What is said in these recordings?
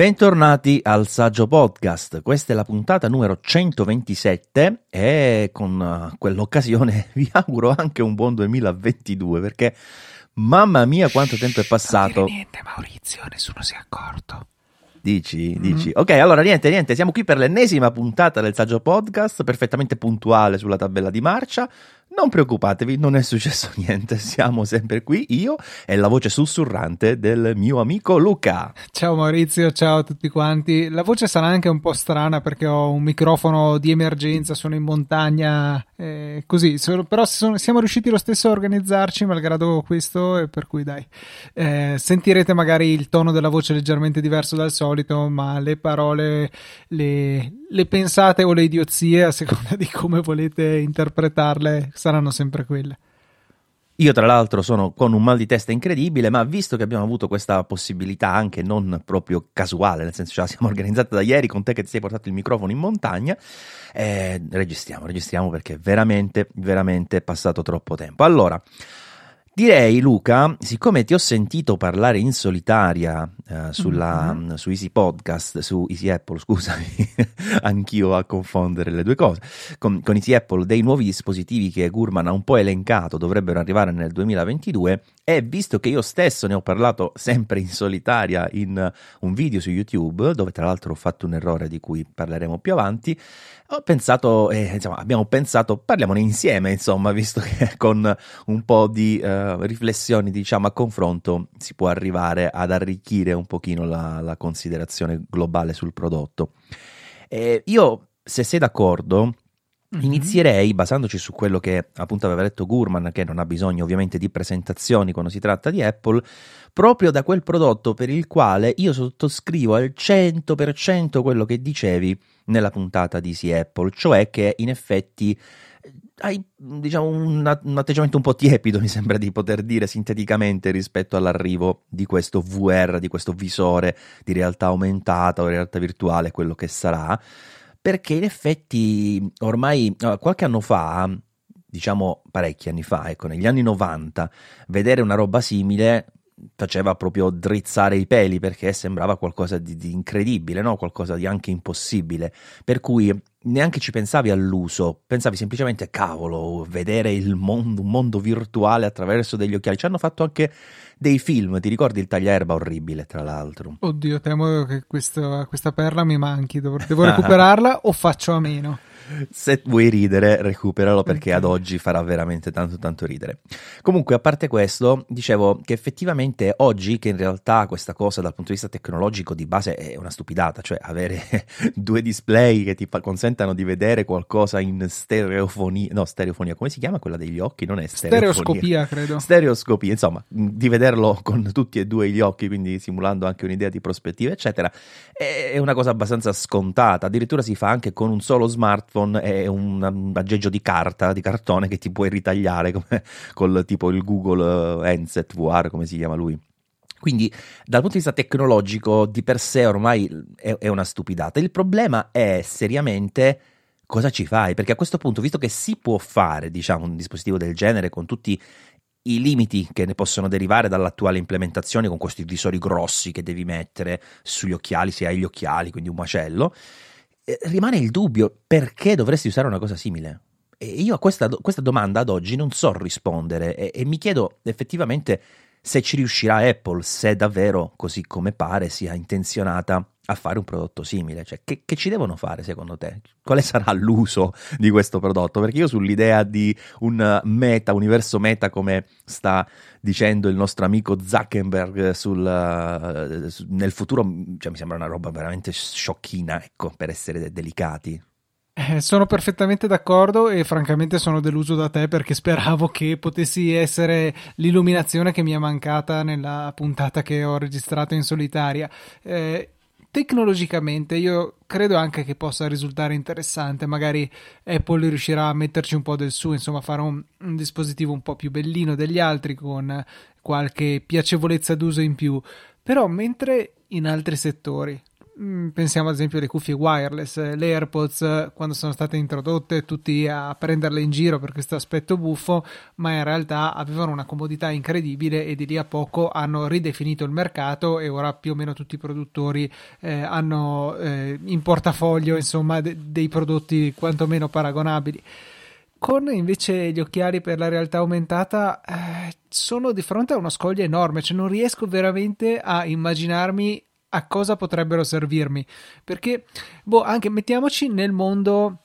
Bentornati al Saggio Podcast, questa è la puntata numero 127 e con quell'occasione vi auguro anche un buon 2022 perché mamma mia quanto tempo è passato. Non dire niente Maurizio, nessuno si è accorto. Dici? Ok, allora niente, siamo qui per l'ennesima puntata del Saggio Podcast, perfettamente puntuale sulla tabella di marcia. Non preoccupatevi, non è successo niente, siamo sempre qui, io e la voce sussurrante del mio amico Luca. Ciao Maurizio, ciao a tutti quanti. La voce sarà anche un po' strana perché ho un microfono di emergenza, sono in montagna, così, però siamo riusciti lo stesso a organizzarci malgrado questo, e per cui dai. Sentirete magari il tono della voce leggermente diverso dal solito, ma le parole, le pensate o le idiozie, a seconda di come volete interpretarle, saranno sempre quelle. Io tra l'altro sono con un mal di testa incredibile, ma visto che abbiamo avuto questa possibilità anche non proprio casuale, nel senso ce la siamo organizzata da ieri con te che ti sei portato il microfono in montagna, registriamo perché veramente è passato troppo tempo. Allora, direi Luca, siccome ti ho sentito parlare in solitaria su Easy Podcast, su Easy Apple, scusami, anch'io a confondere le due cose, con Easy Apple dei nuovi dispositivi che Gurman ha un po' elencato dovrebbero arrivare nel 2022 e visto che io stesso ne ho parlato sempre in solitaria in un video su YouTube, dove tra l'altro ho fatto un errore di cui parleremo più avanti, ho pensato, abbiamo pensato, parliamone insieme, insomma, visto che con un po' di riflessioni, diciamo, a confronto si può arrivare ad arricchire un pochino la considerazione globale sul prodotto. Io, se sei d'accordo, inizierei basandoci su quello che appunto aveva detto Gurman, che non ha bisogno ovviamente di presentazioni quando si tratta di Apple, proprio da quel prodotto per il quale io sottoscrivo al 100% quello che dicevi nella puntata di Easy Apple, cioè che in effetti hai, diciamo, un atteggiamento un po' tiepido, mi sembra di poter dire sinteticamente, rispetto all'arrivo di questo VR, di questo visore di realtà aumentata o realtà virtuale, quello che sarà, perché in effetti ormai qualche anno fa, diciamo parecchi anni fa, ecco, negli anni 90, vedere una roba simile faceva proprio drizzare i peli perché sembrava qualcosa di incredibile, no? Qualcosa di anche impossibile, per cui neanche ci pensavi all'uso, pensavi semplicemente cavolo, vedere un mondo virtuale attraverso degli occhiali. Ci hanno fatto anche dei film, ti ricordi il tagliaerba orribile tra l'altro? Oddio, temo che questa perla mi manchi, devo recuperarla o faccio a meno? Se vuoi ridere, recuperalo perché ad oggi farà veramente tanto ridere. Comunque, a parte questo, dicevo che effettivamente oggi, che in realtà questa cosa dal punto di vista tecnologico di base è una stupidata, cioè avere due display che ti consentano di vedere qualcosa in stereofonia, come si chiama quella degli occhi? Non è stereoscopia, credo. Stereoscopia, insomma, di vederlo con tutti e due gli occhi, quindi simulando anche un'idea di prospettiva, eccetera, è una cosa abbastanza scontata. Addirittura si fa anche con un solo smartphone e un aggeggio di cartone che ti puoi ritagliare come col tipo il Google Handset VR, come si chiama lui. Quindi dal punto di vista tecnologico di per sé ormai è una stupidata. Il problema è seriamente cosa ci fai, perché a questo punto, visto che si può fare, diciamo, un dispositivo del genere con tutti i limiti che ne possono derivare dall'attuale implementazione, con questi visori grossi che devi mettere sugli occhiali, se hai gli occhiali, quindi un macello, rimane il dubbio: perché dovresti usare una cosa simile? E io a questa domanda ad oggi non so rispondere e mi chiedo effettivamente se ci riuscirà Apple, se davvero, così come pare, sia intenzionata a fare un prodotto simile. Cioè, che ci devono fare secondo te? Quale sarà l'uso di questo prodotto? Perché io sull'idea di un universo meta, come sta dicendo il nostro amico Zuckerberg nel futuro, cioè, mi sembra una roba veramente sciocchina, ecco, per essere delicati. Sono perfettamente d'accordo e francamente sono deluso da te perché speravo che potessi essere l'illuminazione che mi è mancata nella puntata che ho registrato in solitaria. Tecnologicamente io credo anche che possa risultare interessante, magari Apple riuscirà a metterci un po' del suo, insomma fare un dispositivo un po' più bellino degli altri con qualche piacevolezza d'uso in più, però mentre in altri settori Pensiamo ad esempio alle cuffie wireless, le AirPods, quando sono state introdotte tutti a prenderle in giro per questo aspetto buffo, ma in realtà avevano una comodità incredibile e di lì a poco hanno ridefinito il mercato e ora più o meno tutti i produttori hanno in portafoglio insomma dei prodotti quantomeno paragonabili. Con invece gli occhiali per la realtà aumentata sono di fronte a una soglia enorme, cioè non riesco veramente a immaginarmi a cosa potrebbero servirmi, perché anche mettiamoci nel mondo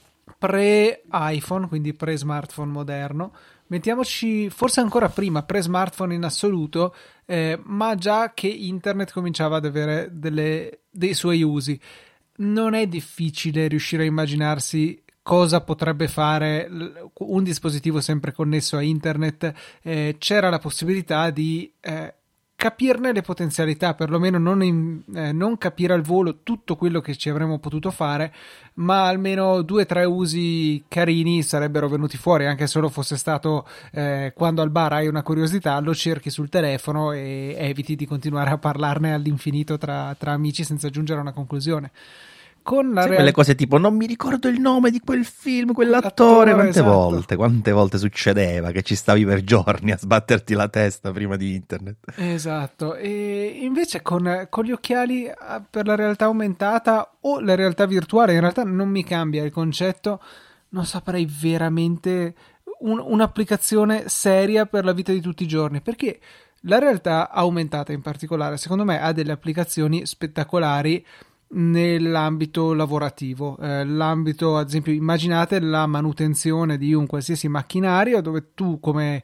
pre-iPhone, quindi pre-smartphone moderno, mettiamoci forse ancora prima, pre-smartphone in assoluto, ma già che internet cominciava ad avere dei suoi usi. Non è difficile riuscire a immaginarsi cosa potrebbe fare un dispositivo sempre connesso a internet. C'era la possibilità di capirne le potenzialità, perlomeno non capire al volo tutto quello che ci avremmo potuto fare, ma almeno 2 o 3 usi carini sarebbero venuti fuori, anche solo fosse stato quando al bar hai una curiosità, lo cerchi sul telefono e eviti di continuare a parlarne all'infinito tra amici senza giungere a una conclusione. Con quelle cose tipo non mi ricordo il nome di quel film, quell'attore, quante volte succedeva che ci stavi per giorni a sbatterti la testa prima di internet. Esatto, e invece con gli occhiali per la realtà aumentata o la realtà virtuale, in realtà non mi cambia il concetto, non saprei veramente un'applicazione seria per la vita di tutti i giorni, perché la realtà aumentata in particolare secondo me ha delle applicazioni spettacolari nell'ambito lavorativo, l'ambito, ad esempio, immaginate la manutenzione di un qualsiasi macchinario dove tu come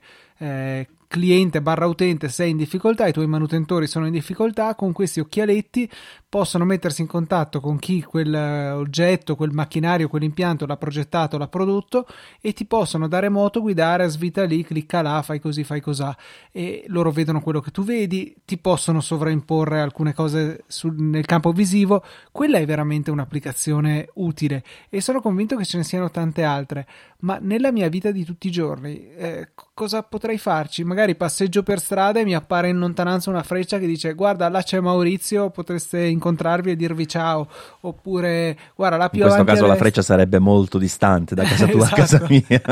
cliente barra utente sei in difficoltà, i tuoi manutentori sono in difficoltà, con questi occhialetti possono mettersi in contatto con chi quel oggetto, quel macchinario, quell'impianto l'ha progettato, l'ha prodotto e ti possono da remoto guidare, svita lì, clicca là, fai così, fai cosà, e loro vedono quello che tu vedi, ti possono sovraimporre alcune cose nel campo visivo. Quella è veramente un'applicazione utile e sono convinto che ce ne siano tante altre, ma nella mia vita di tutti i giorni cosa potrei farci? Magari passeggio per strada e mi appare in lontananza una freccia che dice guarda là c'è Maurizio, potreste incontrarvi e dirvi ciao, oppure guarda là più in questo caso la destra... freccia sarebbe molto distante da casa tua a casa mia.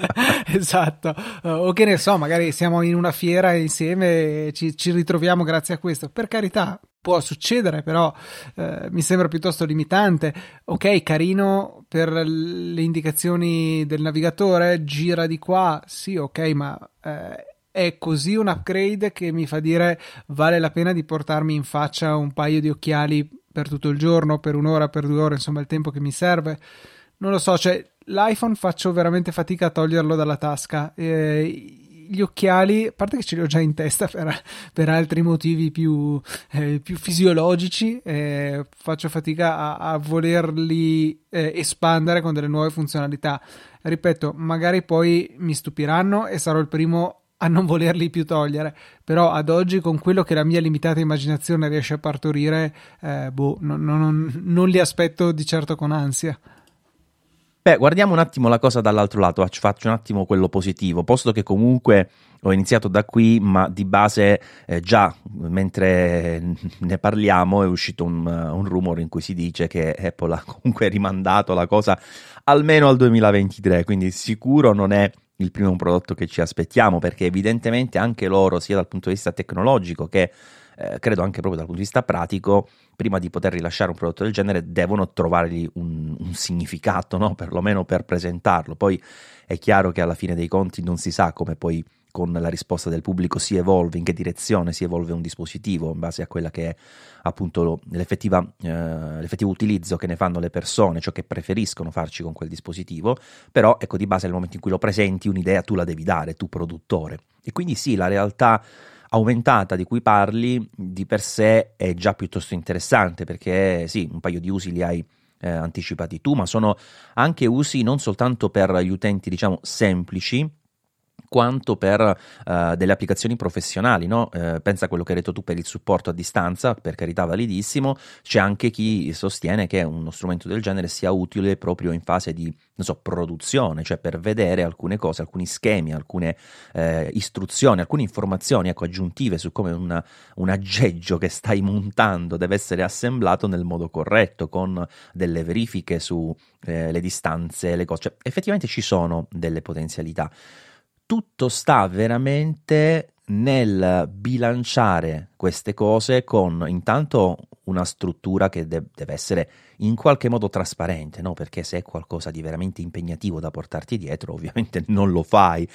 Esatto, o che ne so, magari siamo in una fiera insieme e ci ritroviamo grazie a questo, per carità. Può succedere, però mi sembra piuttosto limitante. Ok, carino per le indicazioni del navigatore, gira di qua, sì, ok, ma è così un upgrade che mi fa dire vale la pena di portarmi in faccia un paio di occhiali per tutto il giorno, per 1 ora, per 2 ore, insomma il tempo che mi serve. Non lo so, cioè l'iPhone faccio veramente fatica a toglierlo dalla tasca. Gli occhiali, a parte che ce li ho già in testa per altri motivi più fisiologici, faccio fatica a volerli espandere con delle nuove funzionalità. Ripeto, magari poi mi stupiranno e sarò il primo a non volerli più togliere, però ad oggi con quello che la mia limitata immaginazione riesce a partorire, non li aspetto di certo con ansia. Beh, guardiamo un attimo la cosa dall'altro lato, faccio un attimo quello positivo, posto che comunque ho iniziato da qui, ma di base già mentre ne parliamo è uscito un rumore in cui si dice che Apple ha comunque rimandato la cosa almeno al 2023, quindi sicuro non è il primo prodotto che ci aspettiamo, perché evidentemente anche loro, sia dal punto di vista tecnologico che credo anche proprio dal punto di vista pratico, prima di poter rilasciare un prodotto del genere devono trovargli un significato, no? Perlomeno per presentarlo. Poi è chiaro che alla fine dei conti non si sa come poi con la risposta del pubblico si evolve, in che direzione si evolve un dispositivo in base a quella che è appunto l'effettivo utilizzo che ne fanno le persone, ciò che preferiscono farci con quel dispositivo. Però ecco, di base nel momento in cui lo presenti un'idea tu la devi dare, tu produttore, e quindi sì, la realtà aumentata di cui parli di per sé è già piuttosto interessante, perché sì, un paio di usi li hai anticipati tu, ma sono anche usi non soltanto per gli utenti diciamo semplici, quanto per delle applicazioni professionali, no? Pensa a quello che hai detto tu per il supporto a distanza, per carità validissimo. C'è anche chi sostiene che uno strumento del genere sia utile proprio in fase di, non so, produzione, cioè per vedere alcune cose, alcuni schemi, alcune istruzioni, alcune informazioni, ecco, aggiuntive su come un aggeggio che stai montando deve essere assemblato nel modo corretto, con delle verifiche su le distanze, le cose. Cioè, effettivamente ci sono delle potenzialità. Tutto sta veramente nel bilanciare queste cose con intanto una struttura che deve essere in qualche modo trasparente, no? Perché se è qualcosa di veramente impegnativo da portarti dietro, ovviamente non lo fai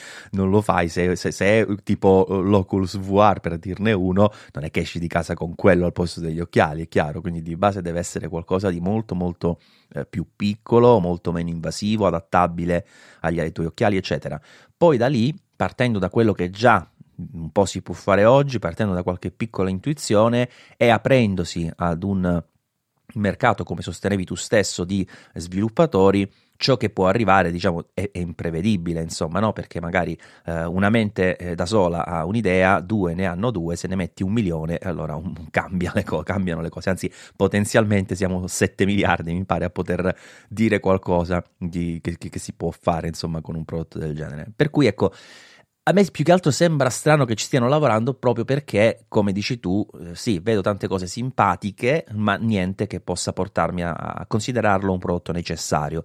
se è tipo l'Oculus VR, per dirne uno, non è che esci di casa con quello al posto degli occhiali, è chiaro, quindi di base deve essere qualcosa di molto molto più piccolo, molto meno invasivo, adattabile ai tuoi occhiali, eccetera. Poi da lì, partendo da quello che già un po' si può fare oggi, partendo da qualche piccola intuizione e aprendosi ad un mercato, come sostenevi tu stesso, di sviluppatori, ciò che può arrivare, diciamo, è imprevedibile, insomma, no? Perché magari una mente da sola ha un'idea, due ne hanno due, se ne metti 1 milione, allora cambiano le cose, anzi potenzialmente siamo 7 miliardi, mi pare, a poter dire qualcosa che si può fare, insomma, con un prodotto del genere. Per cui, ecco, a me più che altro sembra strano che ci stiano lavorando proprio perché, come dici tu, sì, vedo tante cose simpatiche, ma niente che possa portarmi a considerarlo un prodotto necessario.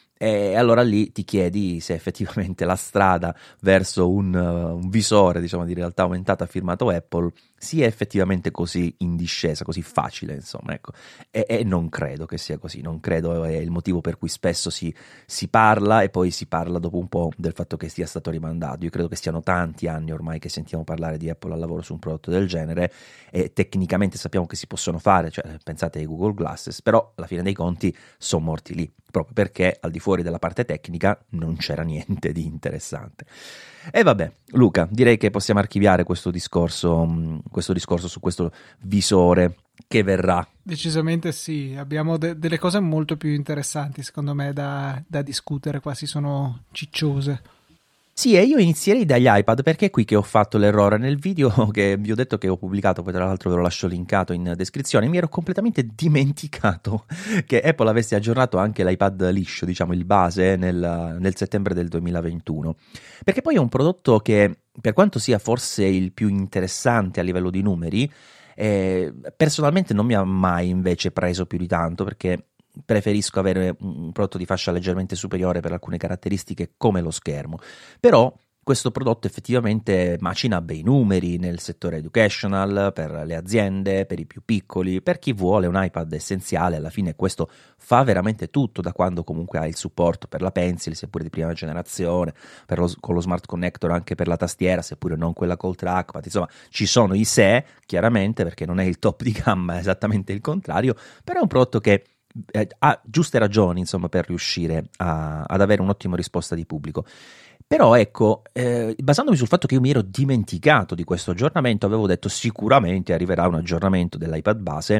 E allora lì ti chiedi se effettivamente la strada verso un visore, diciamo, di realtà aumentata firmato Apple sia effettivamente così in discesa, così facile, insomma, ecco. E non credo che sia così, non credo, è il motivo per cui spesso si parla e poi si parla dopo un po' del fatto che sia stato rimandato. Io credo che siano tanti anni ormai che sentiamo parlare di Apple al lavoro su un prodotto del genere e tecnicamente sappiamo che si possono fare, cioè pensate ai Google Glasses, però alla fine dei conti sono morti lì, proprio perché al di fuori della parte tecnica non c'era niente di interessante. E vabbè, Luca, direi che possiamo archiviare questo discorso su questo visore che verrà. Decisamente sì, abbiamo delle cose molto più interessanti secondo me da discutere, quasi sono cicciose. Sì, e io inizierei dagli iPad perché è qui che ho fatto l'errore. Nel video che vi ho detto che ho pubblicato, poi tra l'altro ve lo lascio linkato in descrizione, mi ero completamente dimenticato che Apple avesse aggiornato anche l'iPad liscio, diciamo il base, nel settembre del 2021. Perché poi è un prodotto che, per quanto sia forse il più interessante a livello di numeri, personalmente non mi ha mai invece preso più di tanto, perché preferisco avere un prodotto di fascia leggermente superiore per alcune caratteristiche come lo schermo. Però questo prodotto effettivamente macina bei numeri nel settore educational, per le aziende, per i più piccoli, per chi vuole un iPad essenziale. Alla fine questo fa veramente tutto, da quando comunque ha il supporto per la Pencil, seppure di prima generazione, con lo Smart Connector anche per la tastiera, seppure non quella col trackpad. Insomma, ci sono i se, chiaramente, perché non è il top di gamma, è esattamente il contrario, però è un prodotto che ha giuste ragioni, insomma, per riuscire ad avere un'ottima risposta di pubblico. Però ecco, basandomi sul fatto che io mi ero dimenticato di questo aggiornamento, avevo detto sicuramente arriverà un aggiornamento dell'iPad base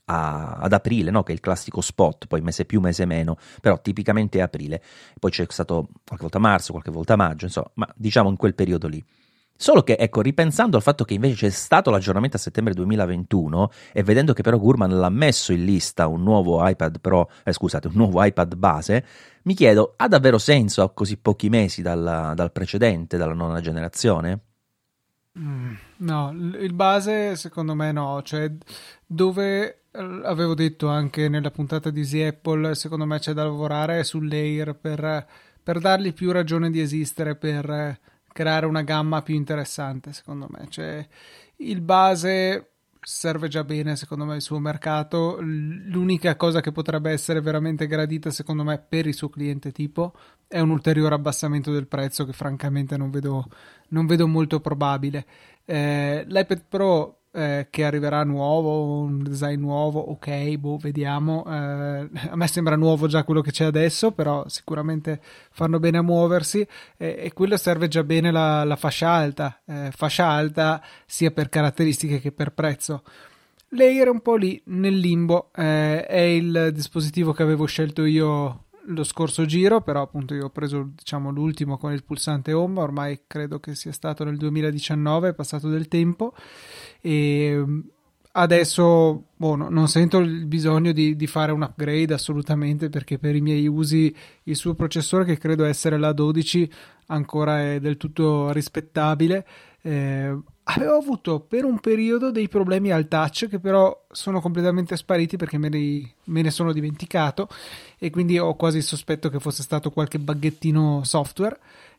ad aprile, no? Che è il classico spot, poi mese più, mese meno, però tipicamente è aprile. Poi c'è stato qualche volta marzo, qualche volta maggio, insomma, ma diciamo in quel periodo lì. Solo che, ecco, ripensando al fatto che invece c'è stato l'aggiornamento a settembre 2021 e vedendo che però Gurman l'ha messo in lista un nuovo iPad Pro, un nuovo iPad base, mi chiedo, ha davvero senso a così pochi mesi dal precedente, dalla nona generazione? No, il base secondo me no, cioè dove avevo detto anche nella puntata di Easy Apple, secondo me c'è da lavorare sull'Air per dargli più ragione di esistere, per creare una gamma più interessante, secondo me. Cioè, il base serve già bene, secondo me, il suo mercato. L'unica cosa che potrebbe essere veramente gradita, secondo me, per il suo cliente tipo, è un ulteriore abbassamento del prezzo che francamente non vedo molto probabile. L'iPad Pro che arriverà nuovo, un design nuovo, ok, vediamo. A me sembra nuovo già quello che c'è adesso, però sicuramente fanno bene a muoversi, e quello serve già bene la fascia alta sia per caratteristiche che per prezzo. L'Air è un po' lì nel limbo, è il dispositivo che avevo scelto io lo scorso giro, però appunto io ho preso, diciamo, l'ultimo con il pulsante home, ormai credo che sia stato nel 2019, è passato del tempo, e adesso non sento il bisogno di fare un upgrade assolutamente, perché per i miei usi il suo processore, che credo essere l'A12, ancora è del tutto rispettabile. Avevo avuto per un periodo dei problemi al touch, che però sono completamente spariti perché me ne sono dimenticato, e quindi ho quasi il sospetto che fosse stato qualche buggettino software.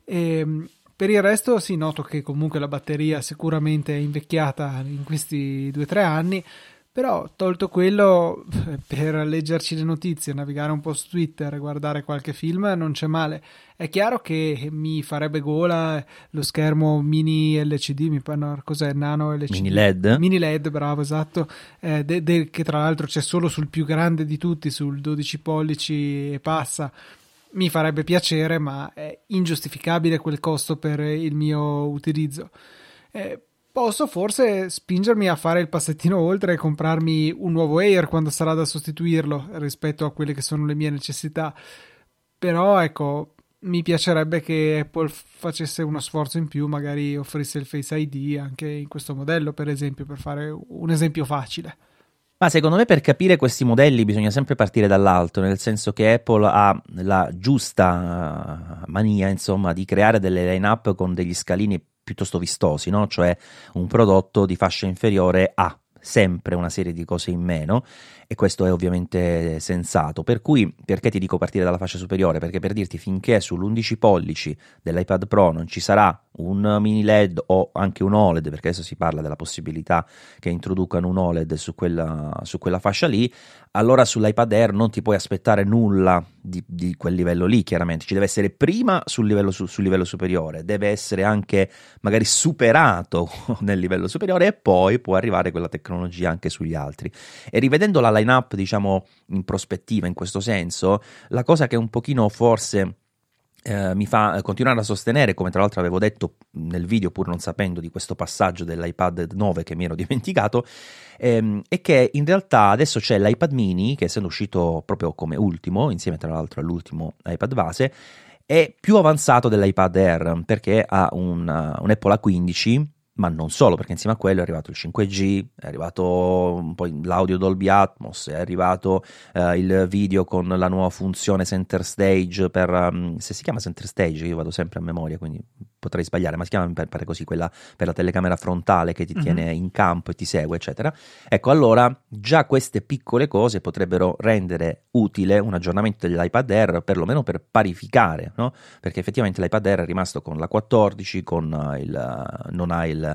Per il resto sì, noto che comunque la batteria sicuramente è invecchiata in questi 2 o 3 anni, però tolto quello, per leggerci le notizie, navigare un po' su Twitter, guardare qualche film, non c'è male. È chiaro che mi farebbe gola lo schermo mini LCD, cos'è? Nano LCD? Mini LED? Mini LED, bravo, esatto, che tra l'altro c'è solo sul più grande di tutti, sul 12 pollici e passa. Mi farebbe piacere, ma è ingiustificabile quel costo per il mio utilizzo. Posso forse spingermi a fare il passettino oltre e comprarmi un nuovo Air quando sarà da sostituirlo rispetto a quelle che sono le mie necessità. Però ecco, mi piacerebbe che Apple facesse uno sforzo in più, magari offrisse il Face ID anche in questo modello, per esempio, per fare un esempio facile. Ma secondo me per capire questi modelli bisogna sempre partire dall'alto, nel senso che Apple ha la giusta mania, insomma, di creare delle line-up con degli scalini piuttosto vistosi, no? Cioè un prodotto di fascia inferiore ha sempre una serie di cose in meno, e questo è ovviamente sensato. Per cui, perché ti dico partire dalla fascia superiore? Perché per dirti, finché sull'11 pollici dell'iPad Pro non ci sarà un mini LED o anche un OLED, perché adesso si parla della possibilità che introducano un OLED su quella fascia lì, allora sull'iPad Air non ti puoi aspettare nulla di quel livello lì. Chiaramente ci deve essere prima sul livello superiore, deve essere anche magari superato nel livello superiore, e poi può arrivare quella tecnologia anche sugli altri. E rivedendo la line-up, diciamo, in prospettiva, in questo senso, la cosa che un pochino forse mi fa continuare a sostenere, come tra l'altro avevo detto nel video pur non sapendo di questo passaggio dell'iPad 9 che mi ero dimenticato, è che in realtà adesso c'è l'iPad mini, che essendo uscito proprio come ultimo, insieme tra l'altro all'ultimo iPad base, è più avanzato dell'iPad Air, perché ha un Apple A15, ma non solo, perché insieme a quello è arrivato il 5G, è arrivato poi l'audio Dolby Atmos, è arrivato il video con la nuova funzione Center Stage se si chiama Center Stage, io vado sempre a memoria, quindi potrei sbagliare, ma si chiama, mi pare così, quella per la telecamera frontale che ti tiene in campo e ti segue, eccetera. Ecco, allora già queste piccole cose potrebbero rendere utile un aggiornamento dell'iPad Air, perlomeno per parificare, no? Perché effettivamente l'iPad Air è rimasto con la 14, con non ha il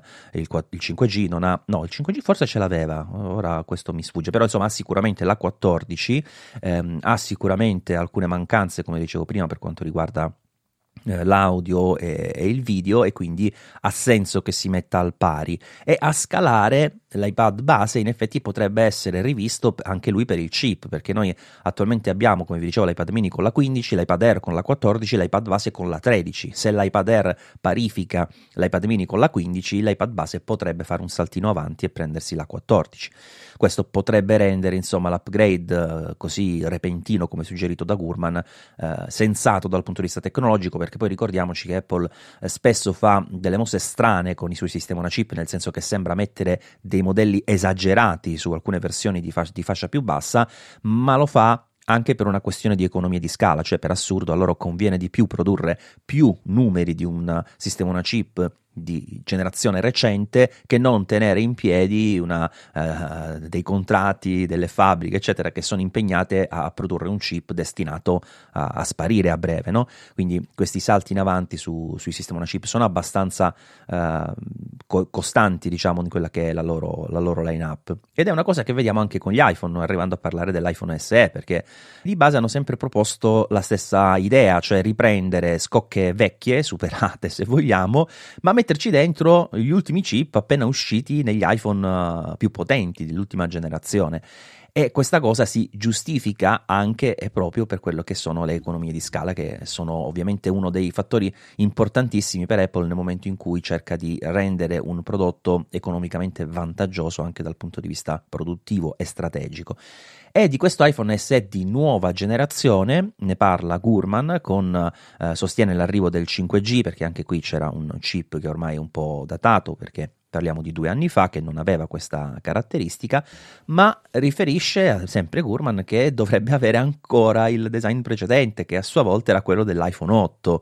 5G, non ha, no, il 5G forse ce l'aveva, ora questo mi sfugge, però insomma ha sicuramente la 14, ha sicuramente alcune mancanze, come dicevo prima, per quanto riguarda l'audio e il video, e quindi ha senso che si metta al pari. E a scalare l'iPad base in effetti potrebbe essere rivisto anche lui per il chip, perché noi attualmente abbiamo, come vi dicevo, l'iPad mini con la 15, l'iPad Air con la 14, l'iPad base con la 13. Se l'iPad Air parifica l'iPad mini con la 15, l'iPad base potrebbe fare un saltino avanti e prendersi la 14. Questo potrebbe rendere, insomma, l'upgrade così repentino come suggerito da Gurman sensato dal punto di vista tecnologico, perché poi ricordiamoci che Apple spesso fa delle mosse strane con i suoi sistemi on chip, nel senso che sembra mettere dei modelli esagerati su alcune versioni di fascia più bassa, ma lo fa anche per una questione di economia di scala, cioè per assurdo a loro conviene di più produrre più numeri di un sistema on chip di generazione recente che non tenere in piedi dei contratti, delle fabbriche eccetera, che sono impegnate a produrre un chip destinato a sparire a breve, no? Quindi questi salti in avanti sui sistemi on chip sono abbastanza costanti, diciamo, in quella che è la loro line-up, ed è una cosa che vediamo anche con gli iPhone, arrivando a parlare dell'iPhone SE, perché di base hanno sempre proposto la stessa idea, cioè riprendere scocche vecchie, superate se vogliamo, ma metterci dentro gli ultimi chip appena usciti negli iPhone più potenti dell'ultima generazione. E questa cosa si giustifica anche e proprio per quello che sono le economie di scala, che sono ovviamente uno dei fattori importantissimi per Apple nel momento in cui cerca di rendere un prodotto economicamente vantaggioso anche dal punto di vista produttivo e strategico. E di questo iPhone SE di nuova generazione ne parla Gurman, sostiene l'arrivo del 5G, perché anche qui c'era un chip che ormai è un po' datato, perché parliamo di 2 anni fa, che non aveva questa caratteristica, ma riferisce sempre Gurman che dovrebbe avere ancora il design precedente, che a sua volta era quello dell'iPhone 8,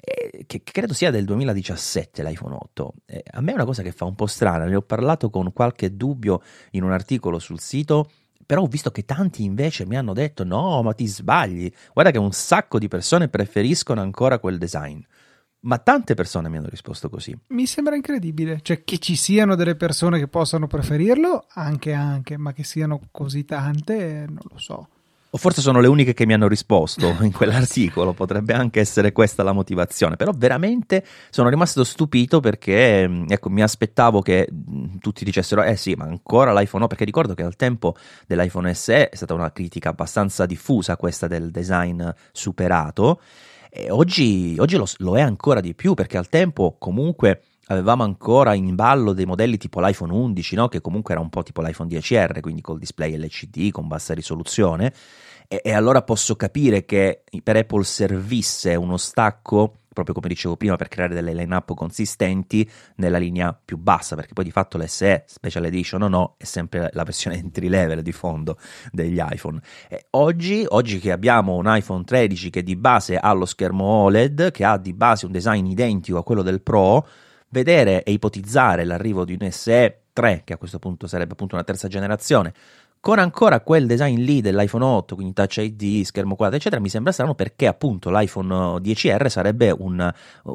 che credo sia del 2017 l'iPhone 8. A me è una cosa che fa un po' strana, ne ho parlato con qualche dubbio in un articolo sul sito, però ho visto che tanti invece mi hanno detto no, ma ti sbagli, guarda che un sacco di persone preferiscono ancora quel design. Ma tante persone mi hanno risposto così. Mi sembra incredibile, cioè che ci siano delle persone che possano preferirlo, anche, ma che siano così tante, non lo so. O forse sono le uniche che mi hanno risposto in quell'articolo, potrebbe anche essere questa la motivazione, però veramente sono rimasto stupito perché, ecco, mi aspettavo che tutti dicessero sì, ma ancora l'iPhone 8, perché ricordo che al tempo dell'iPhone SE è stata una critica abbastanza diffusa questa del design superato, e oggi lo è ancora di più, perché al tempo comunque avevamo ancora in ballo dei modelli tipo l'iPhone 11, no? Che comunque era un po' tipo l'iPhone 10R, quindi col display LCD, con bassa risoluzione, e allora posso capire che per Apple servisse uno stacco, proprio come dicevo prima, per creare delle line-up consistenti nella linea più bassa, perché poi di fatto l'SE, Special Edition o no, è sempre la versione entry level di fondo degli iPhone. E oggi che abbiamo un iPhone 13 che di base ha lo schermo OLED, che ha di base un design identico a quello del Pro, vedere e ipotizzare l'arrivo di un SE 3, che a questo punto sarebbe appunto una terza generazione, con ancora quel design lì dell'iPhone 8, quindi Touch ID, schermo quadro, eccetera, mi sembra strano, perché appunto l'iPhone 10R sarebbe un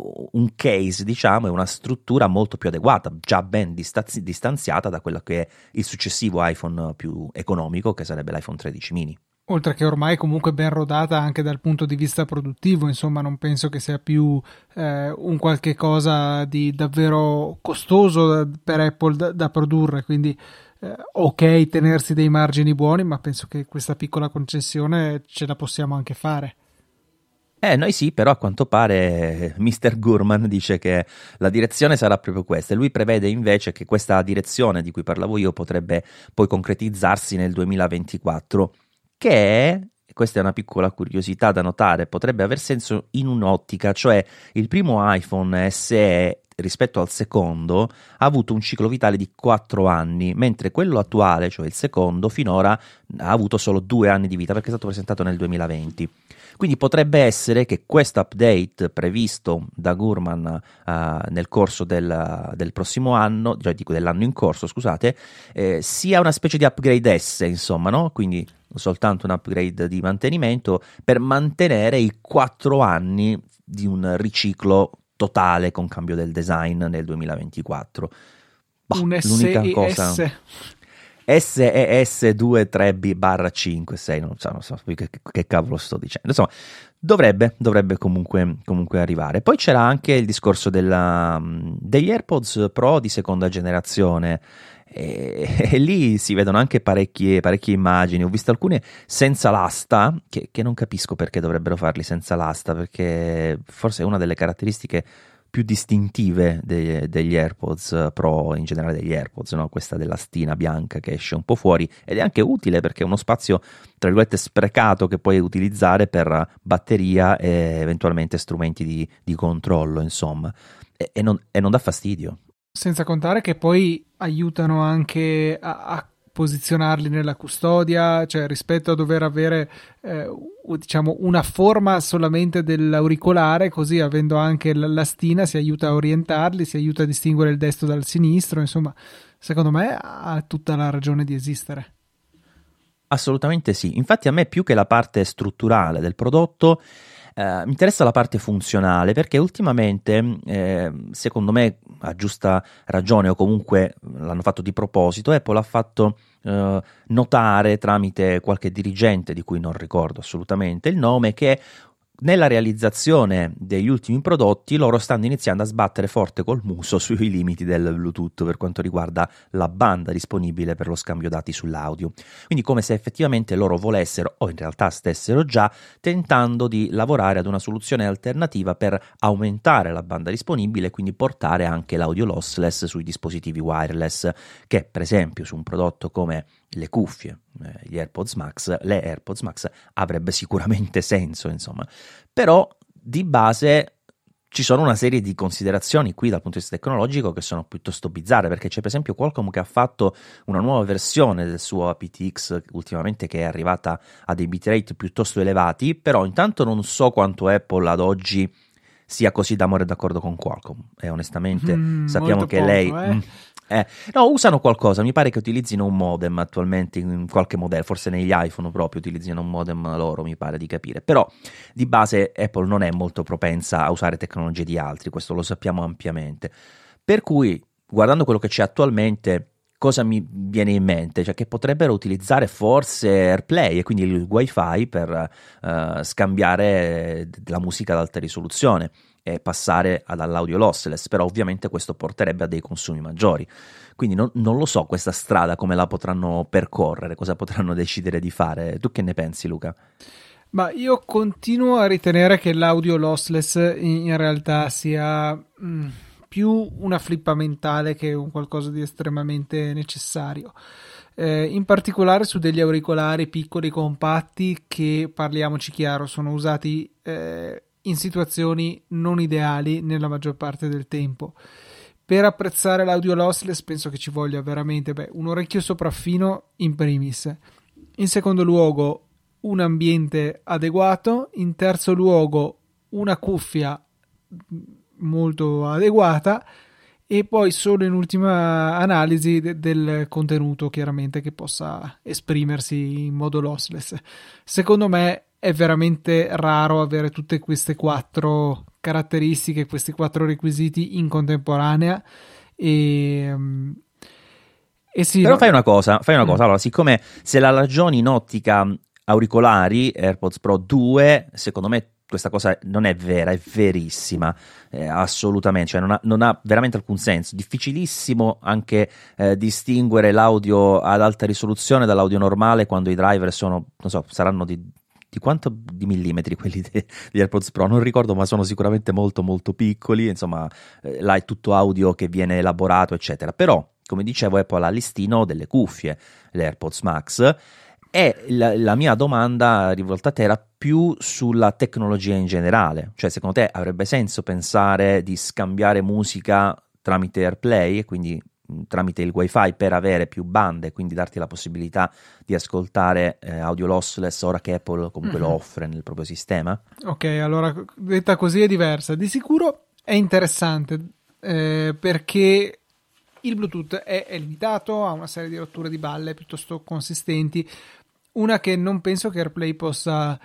case, diciamo, e una struttura molto più adeguata, già ben distanziata da quello che è il successivo iPhone più economico, che sarebbe l'iPhone 13 mini. Oltre che ormai comunque ben rodata anche dal punto di vista produttivo, insomma non penso che sia più un qualche cosa di davvero costoso per Apple da produrre, quindi ok tenersi dei margini buoni, ma penso che questa piccola concessione ce la possiamo anche fare. Noi sì, però a quanto pare Mr. Gurman dice che la direzione sarà proprio questa, e lui prevede invece che questa direzione di cui parlavo io potrebbe poi concretizzarsi nel 2024, che, questa è una piccola curiosità da notare, potrebbe aver senso in un'ottica, cioè il primo iPhone SE rispetto al secondo ha avuto un ciclo vitale di 4 anni, mentre quello attuale, cioè il secondo, finora ha avuto solo 2 anni di vita, perché è stato presentato nel 2020. Quindi potrebbe essere che questo update previsto da Gurman nel corso del prossimo anno, cioè dell'anno in corso, scusate, sia una specie di upgrade S, insomma, no? Quindi soltanto un upgrade di mantenimento per mantenere i 4 anni di un riciclo totale con cambio del design nel 2024. Un l'unica SES. cosa SES23B/5, non so che cavolo sto dicendo. Insomma, dovrebbe comunque arrivare. Poi c'era anche il discorso degli AirPods Pro di seconda generazione, e lì si vedono anche parecchie immagini. Ho visto alcune senza l'asta, che non capisco perché dovrebbero farli senza l'asta, perché forse è una delle caratteristiche più distintive degli AirPods Pro, in generale degli AirPods, no? Questa della stina bianca che esce un po' fuori, ed è anche utile perché è uno spazio tra virgolette sprecato che puoi utilizzare per batteria e eventualmente strumenti di controllo, insomma, e non dà fastidio. Senza contare che poi aiutano anche a posizionarli nella custodia, cioè rispetto a dover avere diciamo una forma solamente dell'auricolare, così avendo anche la stina si aiuta a orientarli, si aiuta a distinguere il destro dal sinistro, insomma secondo me ha tutta la ragione di esistere. Assolutamente sì, infatti a me più che la parte strutturale del prodotto mi interessa la parte funzionale, perché ultimamente, secondo me, a giusta ragione, o comunque l'hanno fatto di proposito, Apple ha fatto notare tramite qualche dirigente, di cui non ricordo assolutamente il nome, che nella realizzazione degli ultimi prodotti loro stanno iniziando a sbattere forte col muso sui limiti del Bluetooth per quanto riguarda la banda disponibile per lo scambio dati sull'audio. Quindi come se effettivamente loro volessero, o in realtà stessero già tentando di lavorare ad una soluzione alternativa per aumentare la banda disponibile e quindi portare anche l'audio lossless sui dispositivi wireless, che per esempio su un prodotto come le cuffie, le AirPods Max avrebbe sicuramente senso, insomma. Però di base ci sono una serie di considerazioni qui dal punto di vista tecnologico che sono piuttosto bizzarre, perché c'è per esempio Qualcomm che ha fatto una nuova versione del suo aptX ultimamente che è arrivata a dei bitrate piuttosto elevati, però intanto non so quanto Apple ad oggi sia così d'amore d'accordo con Qualcomm, e onestamente sappiamo che poco, lei no, usano qualcosa, mi pare che utilizzino un modem attualmente in qualche modello, forse negli iPhone proprio utilizzano un modem loro, mi pare di capire, però di base Apple non è molto propensa a usare tecnologie di altri, questo lo sappiamo ampiamente, per cui guardando quello che c'è attualmente, cosa mi viene in mente? Cioè che potrebbero utilizzare forse AirPlay e quindi il Wi-Fi per scambiare la musica ad alta risoluzione e passare all'audio lossless, però ovviamente questo porterebbe a dei consumi maggiori. Quindi non lo so questa strada come la potranno percorrere, cosa potranno decidere di fare. Tu che ne pensi, Luca? Ma io continuo a ritenere che l'audio lossless in realtà sia più una flippa mentale che un qualcosa di estremamente necessario. In particolare su degli auricolari piccoli compatti che, parliamoci chiaro, sono usati in situazioni non ideali nella maggior parte del tempo. Per apprezzare l'audio lossless penso che ci voglia veramente un orecchio sopraffino in primis, in secondo luogo un ambiente adeguato, in terzo luogo una cuffia molto adeguata e poi solo in ultima analisi del contenuto chiaramente che possa esprimersi in modo lossless. Secondo me è veramente raro avere tutte queste 4 caratteristiche, questi 4 requisiti in contemporanea e sì, però fai una cosa, allora, siccome se la ragioni in ottica auricolari AirPods Pro 2, secondo me questa cosa non è vera, è verissima, assolutamente, cioè non ha veramente alcun senso, difficilissimo anche distinguere l'audio ad alta risoluzione dall'audio normale quando i driver sono, non so, saranno di quanto di millimetri quelli degli AirPods Pro, non ricordo, ma sono sicuramente molto molto piccoli, insomma, là è tutto audio che viene elaborato, eccetera. Però, come dicevo, Apple ha il listino delle cuffie, le AirPods Max, e la mia domanda rivolta a te era più sulla tecnologia in generale, cioè secondo te avrebbe senso pensare di scambiare musica tramite AirPlay e quindi tramite il Wi-Fi per avere più bande, quindi darti la possibilità di ascoltare audio lossless ora che Apple comunque lo offre nel proprio sistema? Ok, allora detta così è diversa. Di sicuro è interessante perché il Bluetooth è limitato, ha una serie di rotture di balle piuttosto consistenti. Una che non penso che AirPlay possa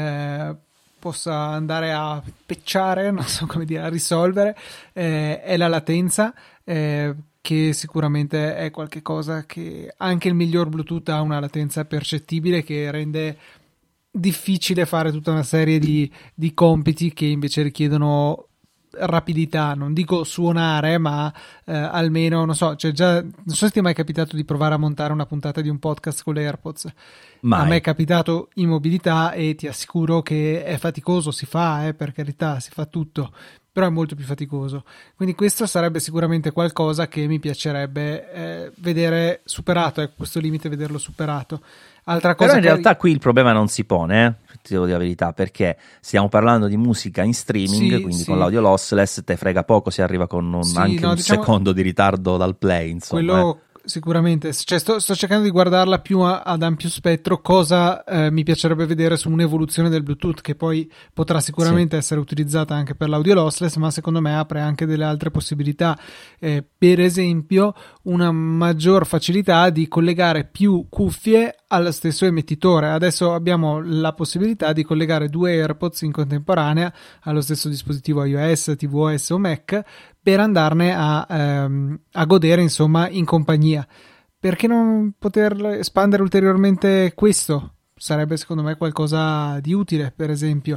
andare a pecciare, non so come dire, a risolvere, è la latenza, che sicuramente è qualche cosa che anche il miglior Bluetooth ha una latenza percettibile che rende difficile fare tutta una serie di compiti che invece richiedono rapidità, non dico suonare, ma almeno non so, cioè già non so se ti è mai capitato di provare a montare una puntata di un podcast con le AirPods. Mai. A me è capitato in mobilità e ti assicuro che è faticoso, si fa, per carità, si fa tutto, però è molto più faticoso. Quindi questo sarebbe sicuramente qualcosa che mi piacerebbe vedere superato, questo limite vederlo superato. Altra cosa, però in realtà qui il problema non si pone, ti devo dire la verità, perché stiamo parlando di musica in streaming, sì, quindi sì. con l'audio lossless te frega poco se arriva con anche un diciamo, secondo di ritardo dal play, insomma. Quello sicuramente, cioè sto cercando di guardarla più ad ampio spettro, cosa mi piacerebbe vedere su un'evoluzione del Bluetooth che poi potrà sicuramente essere utilizzata anche per l'audio lossless, ma secondo me apre anche delle altre possibilità, per esempio una maggior facilità di collegare più cuffie allo stesso emettitore. Adesso abbiamo la possibilità di collegare 2 AirPods in contemporanea allo stesso dispositivo iOS, tvOS o Mac per andarne a godere, insomma, in compagnia. Perché non poter espandere ulteriormente questo? Sarebbe secondo me qualcosa di utile, per esempio.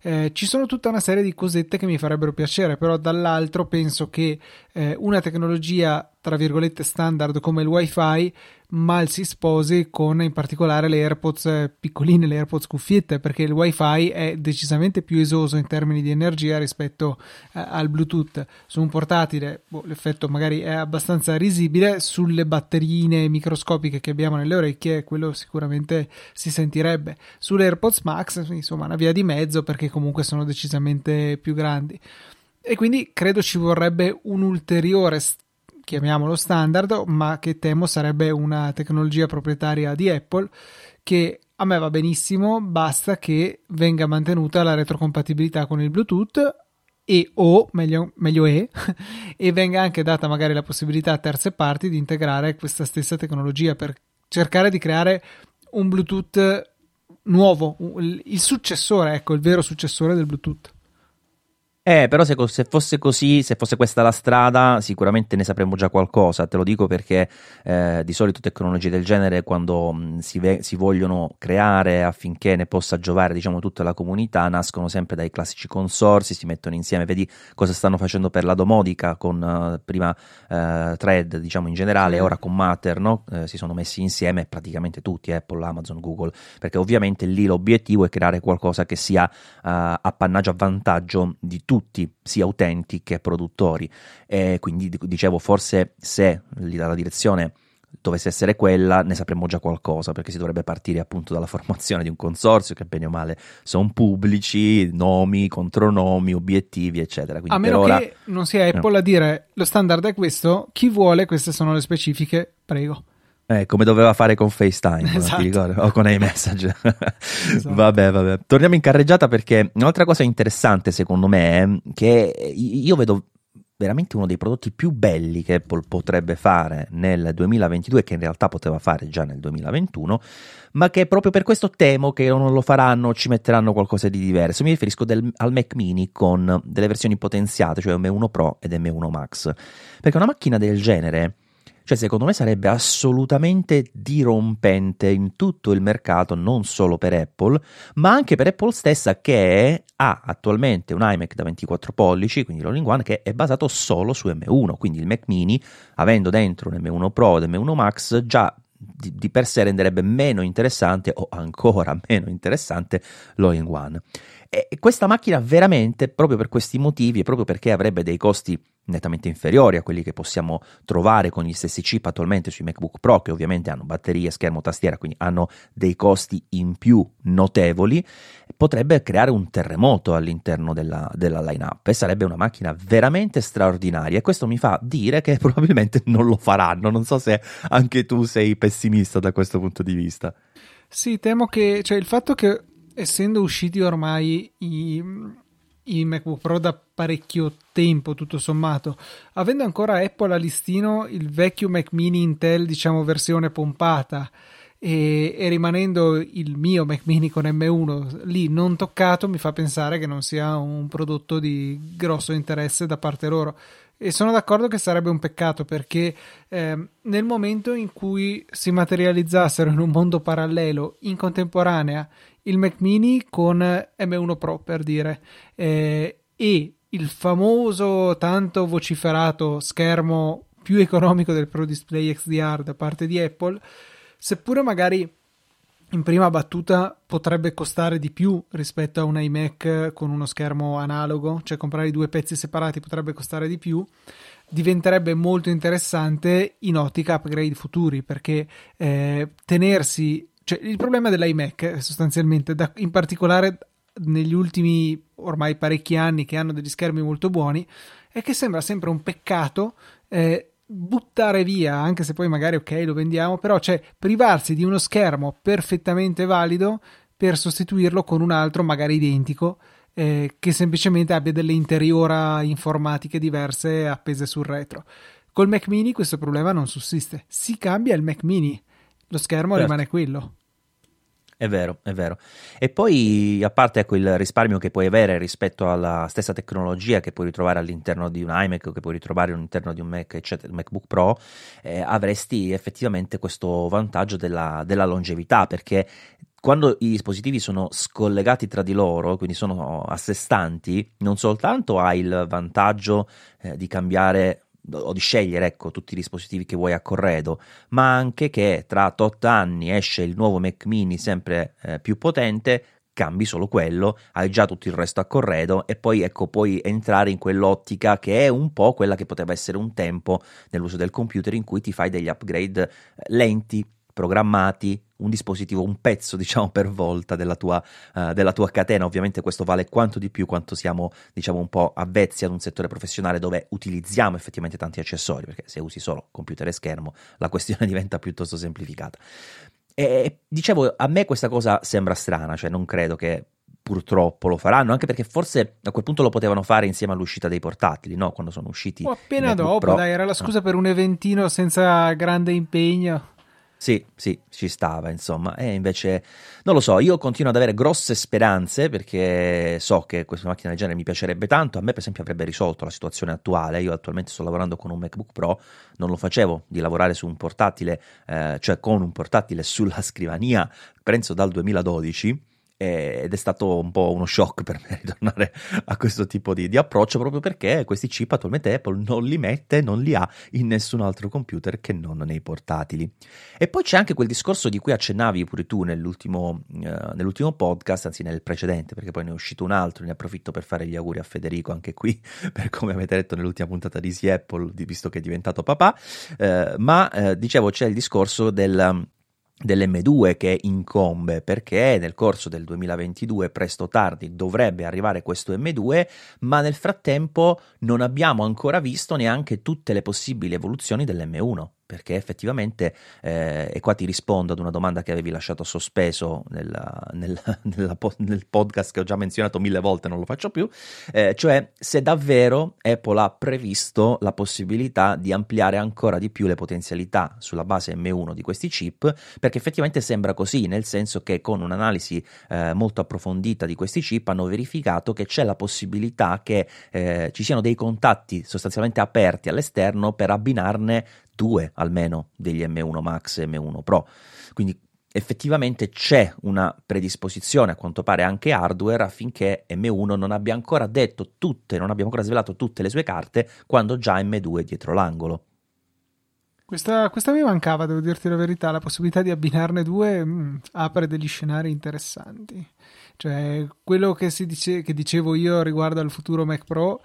Ci sono tutta una serie di cosette che mi farebbero piacere, però dall'altro penso che una tecnologia tra virgolette standard come il wifi mal si sposi con in particolare le AirPods piccoline, le AirPods cuffiette, perché il wifi è decisamente più esoso in termini di energia rispetto al Bluetooth. Su un portatile l'effetto magari è abbastanza risibile, sulle batterine microscopiche che abbiamo nelle orecchie quello sicuramente si sentirebbe. Sulle AirPods Max insomma una via di mezzo, perché comunque sono decisamente più grandi, e quindi credo ci vorrebbe un ulteriore chiamiamolo standard, ma che temo sarebbe una tecnologia proprietaria di Apple, che a me va benissimo, basta che venga mantenuta la retrocompatibilità con il Bluetooth meglio è, e venga anche data magari la possibilità a terze parti di integrare questa stessa tecnologia per cercare di creare un Bluetooth nuovo, il successore, ecco, il vero successore del Bluetooth. Però se fosse così, se fosse questa la strada, sicuramente ne sapremmo già qualcosa. Te lo dico perché di solito tecnologie del genere, quando si vogliono creare affinché ne possa giovare, diciamo, tutta la comunità, nascono sempre dai classici consorzi, si mettono insieme. Vedi cosa stanno facendo per la domotica con prima Thread, diciamo, in generale, ora con Matter, no? Si sono messi insieme praticamente tutti, Apple, Amazon, Google, perché ovviamente lì l'obiettivo è creare qualcosa che sia appannaggio, a vantaggio di tutti, sia utenti che produttori. E quindi dicevo, forse se la direzione dovesse essere quella, ne sapremmo già qualcosa, perché si dovrebbe partire appunto dalla formazione di un consorzio che bene o male sono pubblici, nomi, contronomi, obiettivi, eccetera. Quindi a meno per ora, che non sia Apple a dire lo standard è questo, chi vuole queste sono le specifiche, prego. Come doveva fare con FaceTime, esatto. Ti ricordi? O con iMessage. Esatto. Vabbè. Torniamo in carreggiata, perché un'altra cosa interessante secondo me è che io vedo veramente uno dei prodotti più belli che Apple potrebbe fare nel 2022, che in realtà poteva fare già nel 2021, ma che proprio per questo temo che non lo faranno, ci metteranno qualcosa di diverso. Mi riferisco al Mac Mini con delle versioni potenziate, cioè M1 Pro ed M1 Max, perché una macchina del genere, cioè, secondo me sarebbe assolutamente dirompente in tutto il mercato, non solo per Apple, ma anche per Apple stessa, che ha attualmente un iMac da 24 pollici, quindi l'All-in-One, che è basato solo su M1. Quindi il Mac Mini, avendo dentro un M1 Pro ed M1 Max, già di per sé renderebbe meno interessante, o ancora meno interessante, l'All-in-One. E questa macchina veramente, proprio per questi motivi e proprio perché avrebbe dei costi nettamente inferiori a quelli che possiamo trovare con gli stessi chip attualmente sui MacBook Pro, che ovviamente hanno batteria, schermo, tastiera, quindi hanno dei costi in più notevoli, potrebbe creare un terremoto all'interno della line-up, e sarebbe una macchina veramente straordinaria, e questo mi fa dire che probabilmente non lo faranno. Non so se anche tu sei pessimista da questo punto di vista. Sì, temo che, cioè, il fatto che essendo usciti ormai i MacBook Pro da parecchio tempo, tutto sommato, avendo ancora Apple a listino il vecchio Mac Mini Intel, diciamo versione pompata, e rimanendo il mio Mac Mini con M1 lì non toccato, mi fa pensare che non sia un prodotto di grosso interesse da parte loro. E sono d'accordo che sarebbe un peccato, perché nel momento in cui si materializzassero in un mondo parallelo in contemporanea il Mac Mini con M1 Pro, per dire, e il famoso tanto vociferato schermo più economico del Pro Display XDR da parte di Apple, seppure magari in prima battuta potrebbe costare di più rispetto a un iMac con uno schermo analogo, cioè comprare i due pezzi separati potrebbe costare di più, diventerebbe molto interessante in ottica upgrade futuri, perché tenersi, cioè il problema dell'iMac sostanzialmente, in particolare negli ultimi ormai parecchi anni che hanno degli schermi molto buoni, è che sembra sempre un peccato buttare via, anche se poi magari ok lo vendiamo, però cioè privarsi di uno schermo perfettamente valido per sostituirlo con un altro magari identico, che semplicemente abbia delle interiora informatiche diverse appese sul retro. Col Mac Mini questo problema non sussiste, si cambia il Mac Mini, lo schermo rimane quello. È vero, è vero. E poi, a parte ecco, il risparmio che puoi avere rispetto alla stessa tecnologia che puoi ritrovare all'interno di un iMac o che puoi ritrovare all'interno di un Mac, eccetera, MacBook Pro, avresti effettivamente questo vantaggio della longevità, perché quando i dispositivi sono scollegati tra di loro, quindi sono a sé stanti, non soltanto hai il vantaggio di cambiare o di scegliere ecco, tutti i dispositivi che vuoi a corredo, ma anche che tra tot anni esce il nuovo Mac mini sempre più potente, cambi solo quello, hai già tutto il resto a corredo e poi ecco puoi entrare in quell'ottica che è un po' quella che poteva essere un tempo nell'uso del computer in cui ti fai degli upgrade lenti, programmati, un dispositivo, un pezzo diciamo per volta della tua catena. Ovviamente questo vale quanto di più quanto siamo diciamo un po' avvezzi ad un settore professionale dove utilizziamo effettivamente tanti accessori, perché se usi solo computer e schermo la questione diventa piuttosto semplificata. E dicevo, a me questa cosa sembra strana, cioè non credo che purtroppo lo faranno, anche perché forse a quel punto lo potevano fare insieme all'uscita dei portatili, no? Quando sono usciti O i appena MacBook dopo, Pro. dai, era la scusa per un eventino senza grande impegno. Sì, sì, ci stava, insomma, e invece non lo so, io continuo ad avere grosse speranze perché so che questa macchina del genere mi piacerebbe tanto. A me per esempio avrebbe risolto la situazione attuale. Io attualmente sto lavorando con un MacBook Pro, non lo facevo di lavorare su un portatile, cioè con un portatile sulla scrivania, penso dal 2012, ed è stato un po' uno shock per me ritornare a questo tipo di approccio, proprio perché questi chip attualmente Apple non li mette, non li ha in nessun altro computer che non nei portatili. E poi c'è anche quel discorso di cui accennavi pure tu nell'ultimo podcast, anzi nel precedente, perché poi ne è uscito un altro, ne approfitto per fare gli auguri a Federico anche qui, per come avete detto nell'ultima puntata di Easy Apple, visto che è diventato papà, dicevo c'è il discorso dell'M2 che incombe, perché nel corso del 2022 presto o tardi dovrebbe arrivare questo M2, ma nel frattempo non abbiamo ancora visto neanche tutte le possibili evoluzioni dell'M1, perché effettivamente e qua ti rispondo ad una domanda che avevi lasciato sospeso nel podcast che ho già menzionato 1000 volte, non lo faccio più, cioè se davvero Apple ha previsto la possibilità di ampliare ancora di più le potenzialità sulla base M1 di questi chip, perché effettivamente sembra così, nel senso che con un'analisi molto approfondita di questi chip hanno verificato che c'è la possibilità che ci siano dei contatti sostanzialmente aperti all'esterno per abbinarne due almeno degli M1 Max e M1 Pro. Quindi effettivamente c'è una predisposizione, a quanto pare anche hardware, affinché M1 non abbia ancora detto tutte, non abbiamo ancora svelato tutte le sue carte, quando già M2 è dietro l'angolo. Questa mi mancava, devo dirti la verità, la possibilità di abbinarne due apre degli scenari interessanti. Cioè, quello che dicevo io riguardo al futuro Mac Pro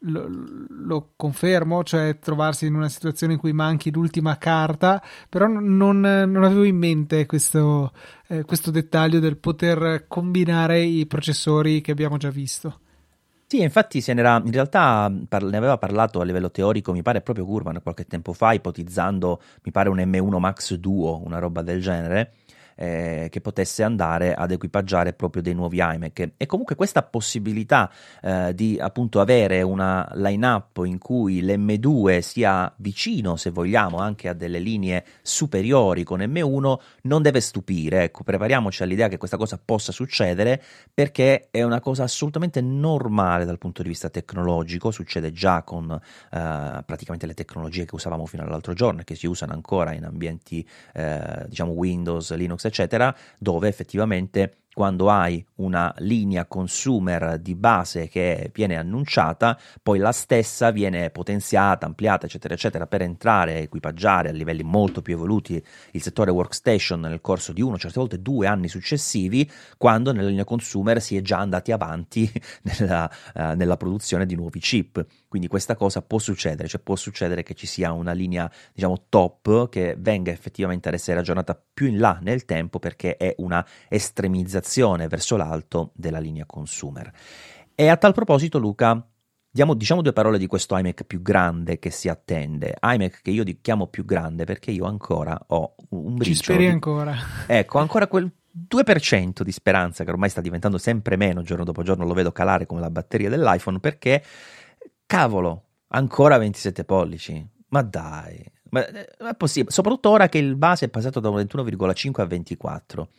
lo confermo, cioè trovarsi in una situazione in cui manchi l'ultima carta, però non avevo in mente questo dettaglio del poter combinare i processori che abbiamo già visto. Sì, infatti in realtà ne aveva parlato a livello teorico, mi pare proprio Gurman qualche tempo fa, ipotizzando, mi pare un M1 Max Duo, una roba del genere, che potesse andare ad equipaggiare proprio dei nuovi iMac. E comunque questa possibilità di appunto avere una line-up in cui l'M2 sia vicino, se vogliamo, anche a delle linee superiori con M1 non deve stupire. Ecco, prepariamoci all'idea che questa cosa possa succedere, perché è una cosa assolutamente normale dal punto di vista tecnologico. Succede già con praticamente le tecnologie che usavamo fino all'altro giorno e che si usano ancora in ambienti diciamo Windows, Linux eccetera, dove effettivamente quando hai una linea consumer di base che viene annunciata, poi la stessa viene potenziata, ampliata, eccetera, eccetera, per entrare e equipaggiare a livelli molto più evoluti il settore workstation nel corso di certe volte 2 anni successivi, quando nella linea consumer si è già andati avanti nella produzione di nuovi chip. Quindi questa cosa può succedere, cioè può succedere che ci sia una linea, diciamo, top che venga effettivamente ad essere aggiornata più in là nel tempo, perché è una estremizzazione verso l'alto della linea consumer. E a tal proposito, Luca, diciamo 2 parole di questo iMac più grande che si attende. iMac che io chiamo più grande perché io ancora ho un briciolo. Ci speri ancora? Ecco, ancora quel 2% di speranza che ormai sta diventando sempre meno, giorno dopo giorno lo vedo calare come la batteria dell'iPhone, perché cavolo, ancora 27 pollici, ma dai, ma è possibile, soprattutto ora che il base è passato da un 21,5 a 24.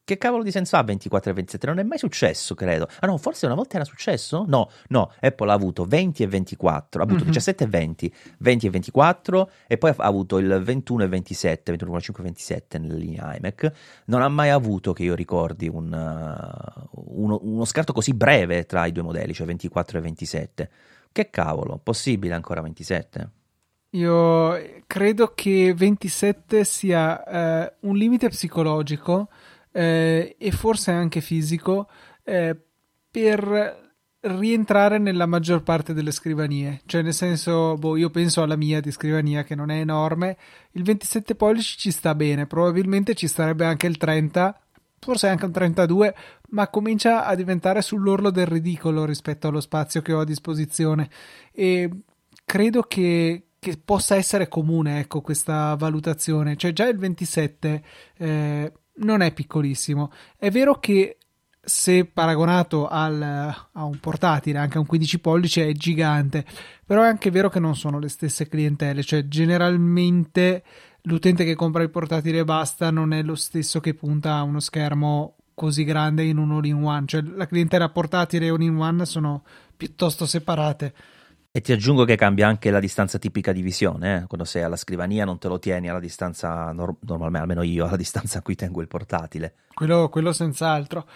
Che cavolo di senso ha 24 e 27? Non è mai successo, credo. Ah no, forse una volta era successo? No, Apple ha avuto 20 e 24, ha avuto 17 e 20, 20 e 24 e poi ha avuto il 21 e 27, 21,5 e 27 nella linea iMac. Non ha mai avuto, che io ricordi, uno scarto così breve tra i due modelli, cioè 24 e 27. Che cavolo, possibile ancora 27? Io credo che 27 sia un limite psicologico e forse anche fisico per rientrare nella maggior parte delle scrivanie. Cioè, nel senso, io penso alla mia di scrivania che non è enorme. Il 27 pollici ci sta bene, probabilmente ci starebbe anche il 30, forse anche un 32, ma comincia a diventare sull'orlo del ridicolo rispetto allo spazio che ho a disposizione. E credo che possa essere comune, ecco, questa valutazione. Cioè, già il 27 non è piccolissimo. È vero che se paragonato a un portatile, anche a un 15 pollici, è gigante, però è anche vero che non sono le stesse clientele. Cioè, generalmente l'utente che compra il portatile e basta non è lo stesso che punta a uno schermo così grande in un all-in-one. Cioè, la clientela portatile e all-in-one sono piuttosto separate. E ti aggiungo che cambia anche la distanza tipica di visione, eh? Quando sei alla scrivania non te lo tieni alla distanza, normalmente, almeno io, alla distanza a cui tengo il portatile. Quello senz'altro.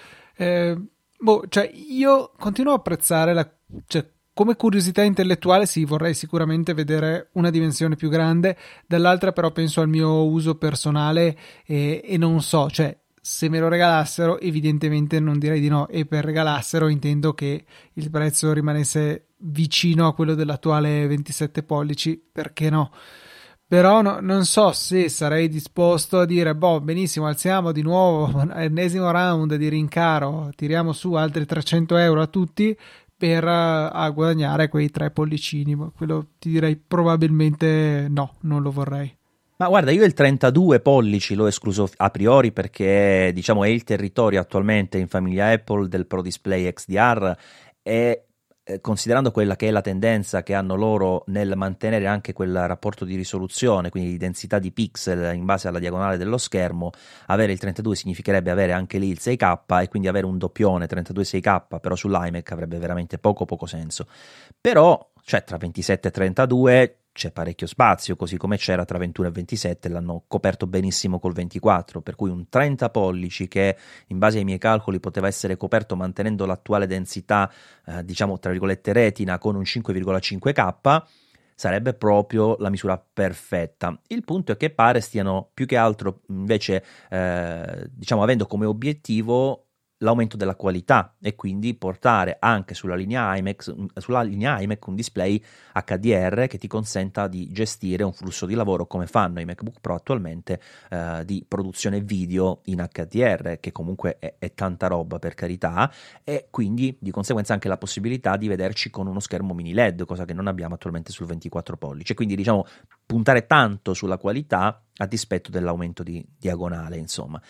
Cioè, io continuo a apprezzare cioè, come curiosità intellettuale, sì, vorrei sicuramente vedere una dimensione più grande, dall'altra però penso al mio uso personale e non so, cioè, se me lo regalassero evidentemente non direi di no, e per regalassero intendo che il prezzo rimanesse vicino a quello dell'attuale 27 pollici, perché no? Però non so se sarei disposto a dire, benissimo, alziamo di nuovo l'ennesimo round di rincaro, tiriamo su altri 300 euro a tutti per a guadagnare quei 3 pollicini. Quello ti direi probabilmente no, non lo vorrei. Ma guarda, io il 32 pollici l'ho escluso a priori perché, diciamo, è il territorio attualmente in famiglia Apple del Pro Display XDR e considerando quella che è la tendenza che hanno loro nel mantenere anche quel rapporto di risoluzione, quindi di densità di pixel in base alla diagonale dello schermo, avere il 32 significherebbe avere anche lì il 6K e quindi avere un doppione 32 6K però sull'iMac avrebbe veramente poco senso. Però, cioè, tra 27 e 32 c'è parecchio spazio, così come c'era tra 21 e 27, l'hanno coperto benissimo col 24, per cui un 30 pollici che in base ai miei calcoli poteva essere coperto mantenendo l'attuale densità, diciamo tra virgolette retina, con un 5,5K, sarebbe proprio la misura perfetta. Il punto è che pare stiano più che altro invece, diciamo, avendo come obiettivo l'aumento della qualità e quindi portare anche sulla linea iMac un display HDR che ti consenta di gestire un flusso di lavoro come fanno i MacBook Pro attualmente, di produzione video in HDR, che comunque è tanta roba, per carità, e quindi di conseguenza anche la possibilità di vederci con uno schermo mini LED, cosa che non abbiamo attualmente sul 24 pollici. Quindi diciamo puntare tanto sulla qualità a dispetto dell'aumento di diagonale, insomma.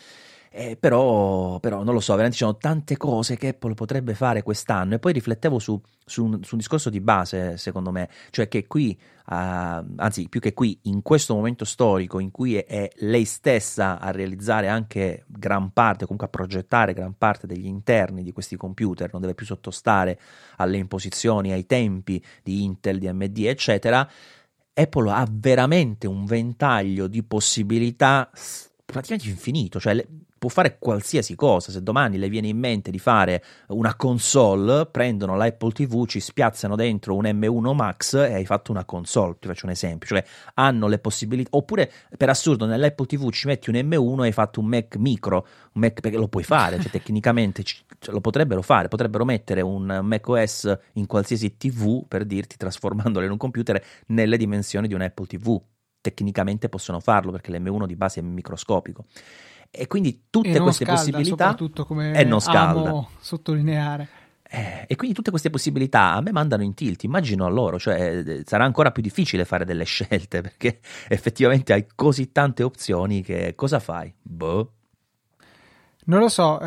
Però non lo so, veramente ci sono tante cose che Apple potrebbe fare quest'anno e poi riflettevo su un discorso di base, secondo me, cioè che qui, anzi più che qui, in questo momento storico in cui è lei stessa a realizzare anche gran parte, comunque a progettare gran parte degli interni di questi computer, non deve più sottostare alle imposizioni, ai tempi di Intel, di AMD, eccetera. Apple ha veramente un ventaglio di possibilità praticamente infinito, cioè può fare qualsiasi cosa. Se domani le viene in mente di fare una console, prendono l'Apple TV, ci spiazzano dentro un M1 Max e hai fatto una console. Ti faccio un esempio, cioè hanno le possibilità. Oppure per assurdo nell'Apple TV ci metti un M1 e hai fatto un Mac micro, un Mac, perché lo puoi fare, cioè tecnicamente lo potrebbero fare, potrebbero mettere un macOS in qualsiasi TV, per dirti, trasformandolo in un computer nelle dimensioni di un Apple TV. Tecnicamente possono farlo perché l'M1 di base è microscopico. E quindi tutte queste possibilità, soprattutto, come e non scalda, amo sottolineare. E quindi tutte queste possibilità a me mandano in tilt. Immagino a loro, cioè sarà ancora più difficile fare delle scelte perché effettivamente hai così tante opzioni che cosa fai? Boh. Non lo so,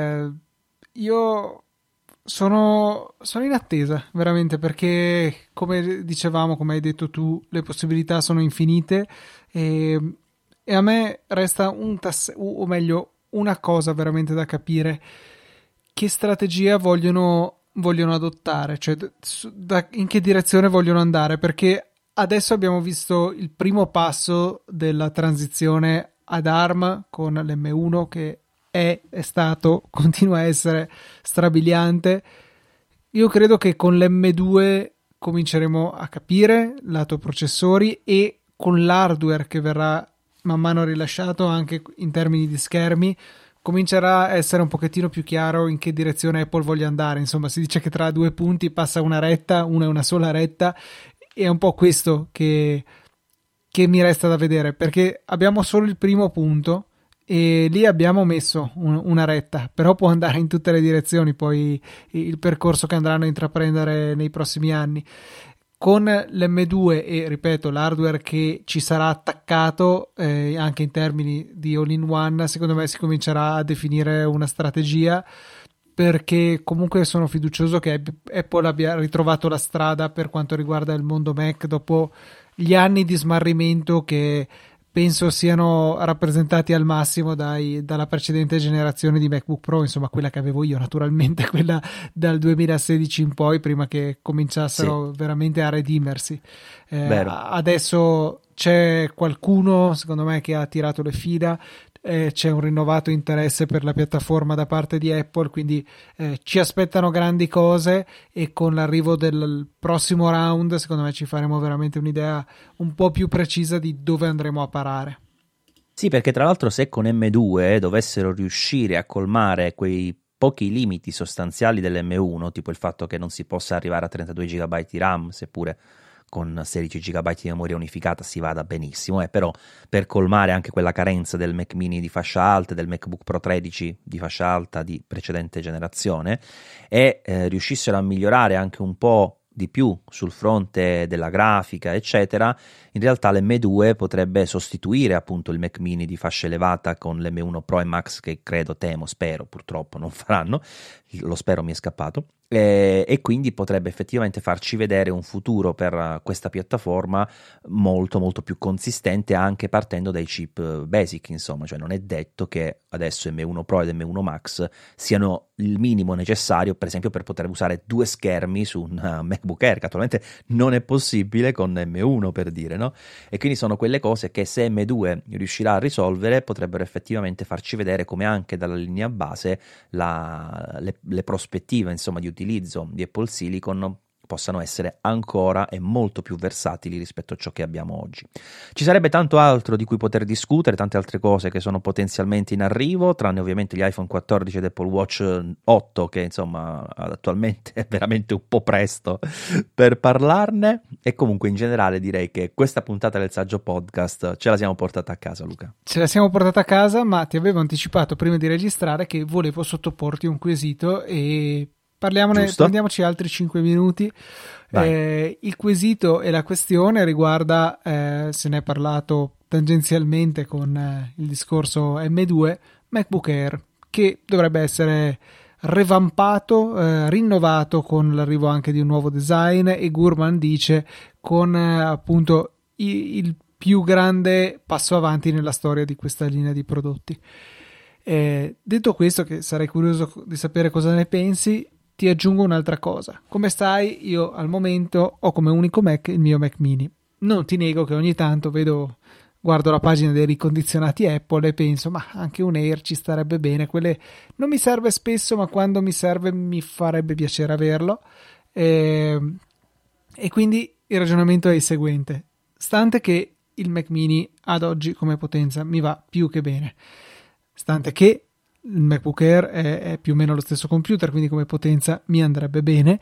io sono in attesa veramente, perché come dicevamo, come hai detto tu, le possibilità sono infinite e a me resta o meglio una cosa veramente da capire: che strategia vogliono adottare, cioè in che direzione vogliono andare, perché adesso abbiamo visto il primo passo della transizione ad ARM con l'M1 che è stato, continua a essere strabiliante. Io credo che con l'M2 cominceremo a capire lato processori, e con l'hardware che verrà man mano rilasciato anche in termini di schermi comincerà a essere un pochettino più chiaro in che direzione Apple voglia andare. Insomma, si dice che tra due punti passa una retta, una sola retta, e è un po' questo che mi resta da vedere, perché abbiamo solo il primo punto e lì abbiamo messo una retta, però può andare in tutte le direzioni poi il percorso che andranno a intraprendere nei prossimi anni. Con l'M2 e, ripeto, l'hardware che ci sarà attaccato anche in termini di all-in-one, secondo me si comincerà a definire una strategia, perché comunque sono fiducioso che Apple abbia ritrovato la strada per quanto riguarda il mondo Mac dopo gli anni di smarrimento che penso siano rappresentati al massimo dalla precedente generazione di MacBook Pro, insomma quella che avevo io naturalmente, quella dal 2016 in poi, prima che cominciassero veramente a redimersi. Adesso c'è qualcuno, secondo me, che ha tirato le fila, c'è un rinnovato interesse per la piattaforma da parte di Apple, quindi ci aspettano grandi cose, e con l'arrivo del prossimo round secondo me ci faremo veramente un'idea un po' più precisa di dove andremo a parare. Sì, perché tra l'altro se con M2 dovessero riuscire a colmare quei pochi limiti sostanziali dell'M1, tipo il fatto che non si possa arrivare a 32 GB di RAM, seppure con 16 GB di memoria unificata si vada benissimo, però per colmare anche quella carenza del Mac mini di fascia alta e del MacBook Pro 13 di fascia alta di precedente generazione, e riuscissero a migliorare anche un po' di più sul fronte della grafica eccetera, in realtà l'M2 potrebbe sostituire appunto il Mac mini di fascia elevata con l'M1 Pro e Max, che spero purtroppo non faranno, lo spero mi è scappato, e quindi potrebbe effettivamente farci vedere un futuro per questa piattaforma molto molto più consistente, anche partendo dai chip basic, insomma, cioè non è detto che adesso M1 Pro ed M1 Max siano il minimo necessario, per esempio, per poter usare due schermi su un MacBook Air, che attualmente non è possibile con M1, per dire, no? E quindi sono quelle cose che, se M2 riuscirà a risolvere, potrebbero effettivamente farci vedere come anche dalla linea base le prospettive, insomma, di utilizzo di Apple Silicon possano essere ancora e molto più versatili rispetto a ciò che abbiamo oggi. Ci sarebbe tanto altro di cui poter discutere, tante altre cose che sono potenzialmente in arrivo, tranne ovviamente gli iPhone 14 ed Apple Watch 8, che insomma attualmente è veramente un po' presto per parlarne, e comunque in generale direi che questa puntata del Saggio Podcast ce la siamo portata a casa, Luca. Ce la siamo portata a casa, ma ti avevo anticipato prima di registrare che volevo sottoporti un quesito e prendiamoci altri 5 minuti. Il quesito e la questione riguarda, se ne è parlato tangenzialmente con il discorso M2, MacBook Air, che dovrebbe essere revampato, rinnovato con l'arrivo anche di un nuovo design, e Gurman dice con appunto il più grande passo avanti nella storia di questa linea di prodotti. Detto questo, che sarei curioso di sapere cosa ne pensi, ti aggiungo un'altra cosa. Come stai? Io al momento ho come unico Mac il mio Mac mini. Non ti nego che ogni tanto guardo la pagina dei ricondizionati Apple e penso, ma anche un Air ci starebbe bene. Quelle non mi serve spesso, ma quando mi serve mi farebbe piacere averlo. E quindi il ragionamento è il seguente: stante che il Mac mini ad oggi come potenza mi va più che bene, stante che il MacBook Air è più o meno lo stesso computer, quindi come potenza mi andrebbe bene,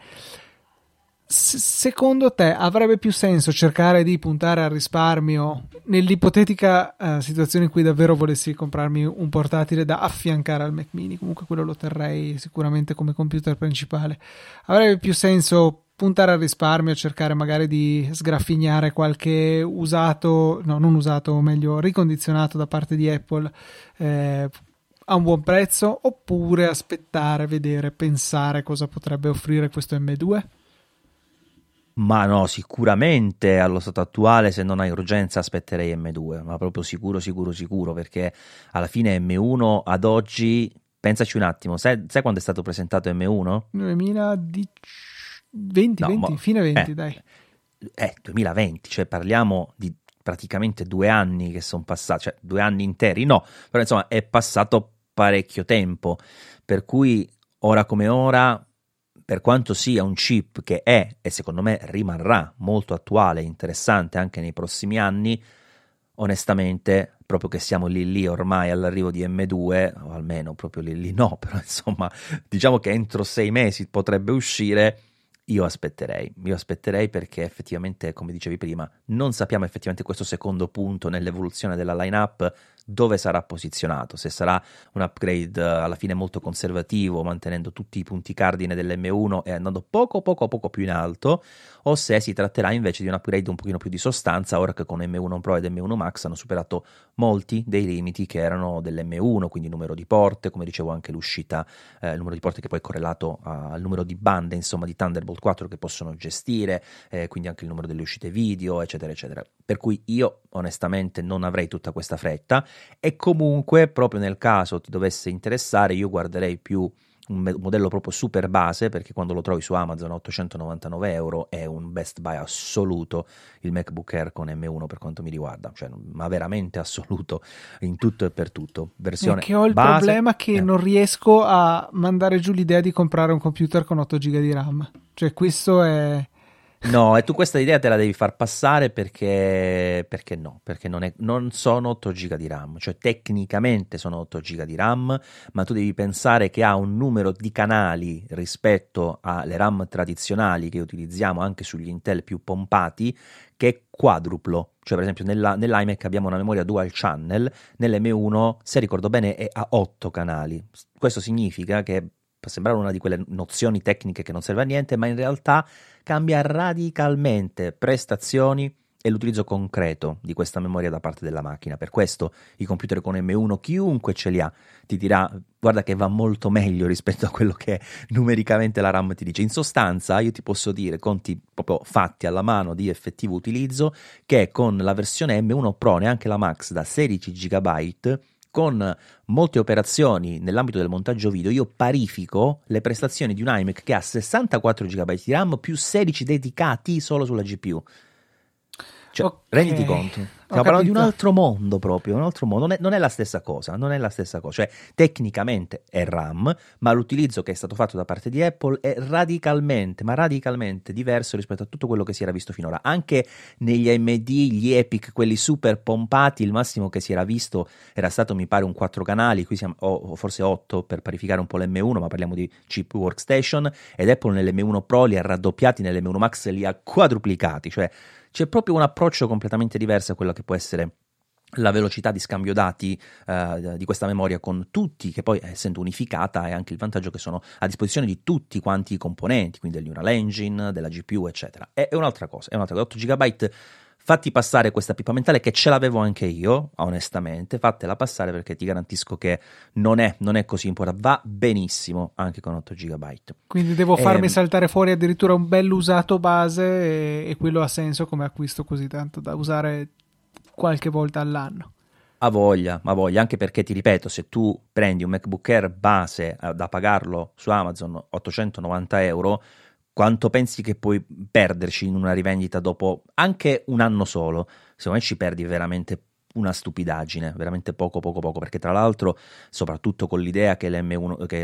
secondo te avrebbe più senso cercare di puntare al risparmio nell'ipotetica situazione in cui davvero volessi comprarmi un portatile da affiancare al Mac mini? Comunque quello lo terrei sicuramente come computer principale. Avrebbe più senso puntare al risparmio, cercare magari di sgraffignare qualche ricondizionato da parte di Apple a un buon prezzo, oppure aspettare, vedere, pensare cosa potrebbe offrire questo M2? Ma no, sicuramente allo stato attuale, se non hai urgenza, aspetterei M2, ma proprio sicuro, sicuro, sicuro, perché alla fine M1 ad oggi, pensaci un attimo, sai quando è stato presentato M1? 2020, No, 20, fine 20, dai. 2020, cioè parliamo di praticamente 2 anni che sono passati, cioè 2 anni interi, no, però insomma è passato parecchio tempo, per cui ora come ora, per quanto sia un chip che è e secondo me rimarrà molto attuale e interessante anche nei prossimi anni, onestamente, proprio che siamo lì lì ormai all'arrivo di M2, o almeno proprio lì lì no, però insomma, diciamo che entro 6 mesi potrebbe uscire. Io aspetterei perché effettivamente, come dicevi prima, non sappiamo effettivamente questo secondo punto nell'evoluzione della line-up dove sarà posizionato, se sarà un upgrade alla fine molto conservativo, mantenendo tutti i punti cardine dell'M1 e andando poco più in alto, o se si tratterà invece di un upgrade un pochino più di sostanza, ora che con M1 Pro ed M1 Max hanno superato molti dei limiti che erano dell'M1, quindi numero di porte, come dicevo anche l'uscita, il numero di porte che poi è correlato al numero di bande, insomma, di Thunderbolt 4 che possono gestire, quindi anche il numero delle uscite video, eccetera, eccetera. Per cui io onestamente non avrei tutta questa fretta e comunque proprio nel caso ti dovesse interessare io guarderei più un modello proprio super base, perché quando lo trovi su Amazon a 899 euro è un best buy assoluto il MacBook Air con M1 per quanto mi riguarda, cioè, ma veramente assoluto in tutto e per tutto. Versione Che ho il base, problema che non riesco a mandare giù l'idea di comprare un computer con 8 giga di RAM. Cioè, questo è... No, e tu questa idea te la devi far passare perché no, perché non sono 8 giga di RAM, cioè tecnicamente sono 8 giga di RAM, ma tu devi pensare che ha un numero di canali rispetto alle RAM tradizionali che utilizziamo anche sugli Intel più pompati, che è quadruplo. Cioè, per esempio, nell'iMac abbiamo una memoria dual channel, nell'M1, se ricordo bene, è a 8 canali. Questo significa che può sembrare una di quelle nozioni tecniche che non serve a niente, ma in realtà cambia radicalmente prestazioni e l'utilizzo concreto di questa memoria da parte della macchina. Per questo i computer con M1, chiunque ce li ha, ti dirà guarda che va molto meglio rispetto a quello che numericamente la RAM ti dice. In sostanza io ti posso dire, conti proprio fatti alla mano di effettivo utilizzo, che con la versione M1 Pro, neanche la Max, da 16 GB, con molte operazioni nell'ambito del montaggio video, io parifico le prestazioni di un iMac che ha 64 GB di RAM più 16 dedicati solo sulla GPU. Cioè, Ok, renditi conto, stiamo parlando di un altro mondo proprio, un altro mondo, non è la stessa cosa, non è la stessa cosa, cioè tecnicamente è RAM, ma l'utilizzo che è stato fatto da parte di Apple è radicalmente, ma radicalmente diverso rispetto a tutto quello che si era visto finora. Anche negli AMD, gli Epic, quelli super pompati, il massimo che si era visto era stato, mi pare, un 4 canali, qui siamo, o forse 8 per parificare un po' l'M1, ma parliamo di chip workstation, ed Apple nell'M1 Pro li ha raddoppiati, nell'M1 Max li ha quadruplicati, cioè c'è proprio un approccio completamente diverso a quello che può essere la velocità di scambio dati di questa memoria con tutti, che poi essendo unificata è anche il vantaggio che sono a disposizione di tutti quanti i componenti, quindi del Neural Engine, della GPU, eccetera. È un'altra cosa, 8 GB. Fatti passare questa pippa mentale, che ce l'avevo anche io, onestamente, fatela passare perché ti garantisco che non è così importante, va benissimo anche con 8 GB. quindi devo farmi saltare fuori addirittura un bell'usato base e quello ha senso come acquisto così tanto da usare qualche volta all'anno. Ha voglia, anche perché ti ripeto, se tu prendi un MacBook Air base da pagarlo su Amazon 890 euro, quanto pensi che puoi perderci in una rivendita dopo anche un anno solo? Secondo me ci perdi veramente una stupidaggine, veramente poco, perché tra l'altro, soprattutto con l'idea che che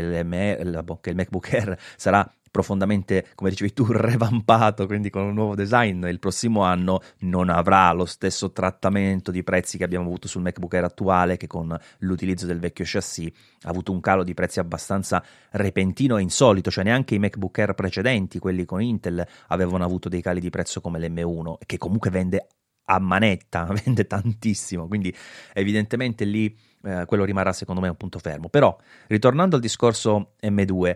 il MacBook Air sarà profondamente, come dicevi tu, revampato, quindi con un nuovo design, il prossimo anno non avrà lo stesso trattamento di prezzi che abbiamo avuto sul MacBook Air attuale, che con l'utilizzo del vecchio chassis ha avuto un calo di prezzi abbastanza repentino e insolito, cioè neanche i MacBook Air precedenti, quelli con Intel, avevano avuto dei cali di prezzo come l'M1, che comunque vende a manetta, vende tantissimo, quindi evidentemente lì quello rimarrà secondo me un punto fermo. Però ritornando al discorso M2,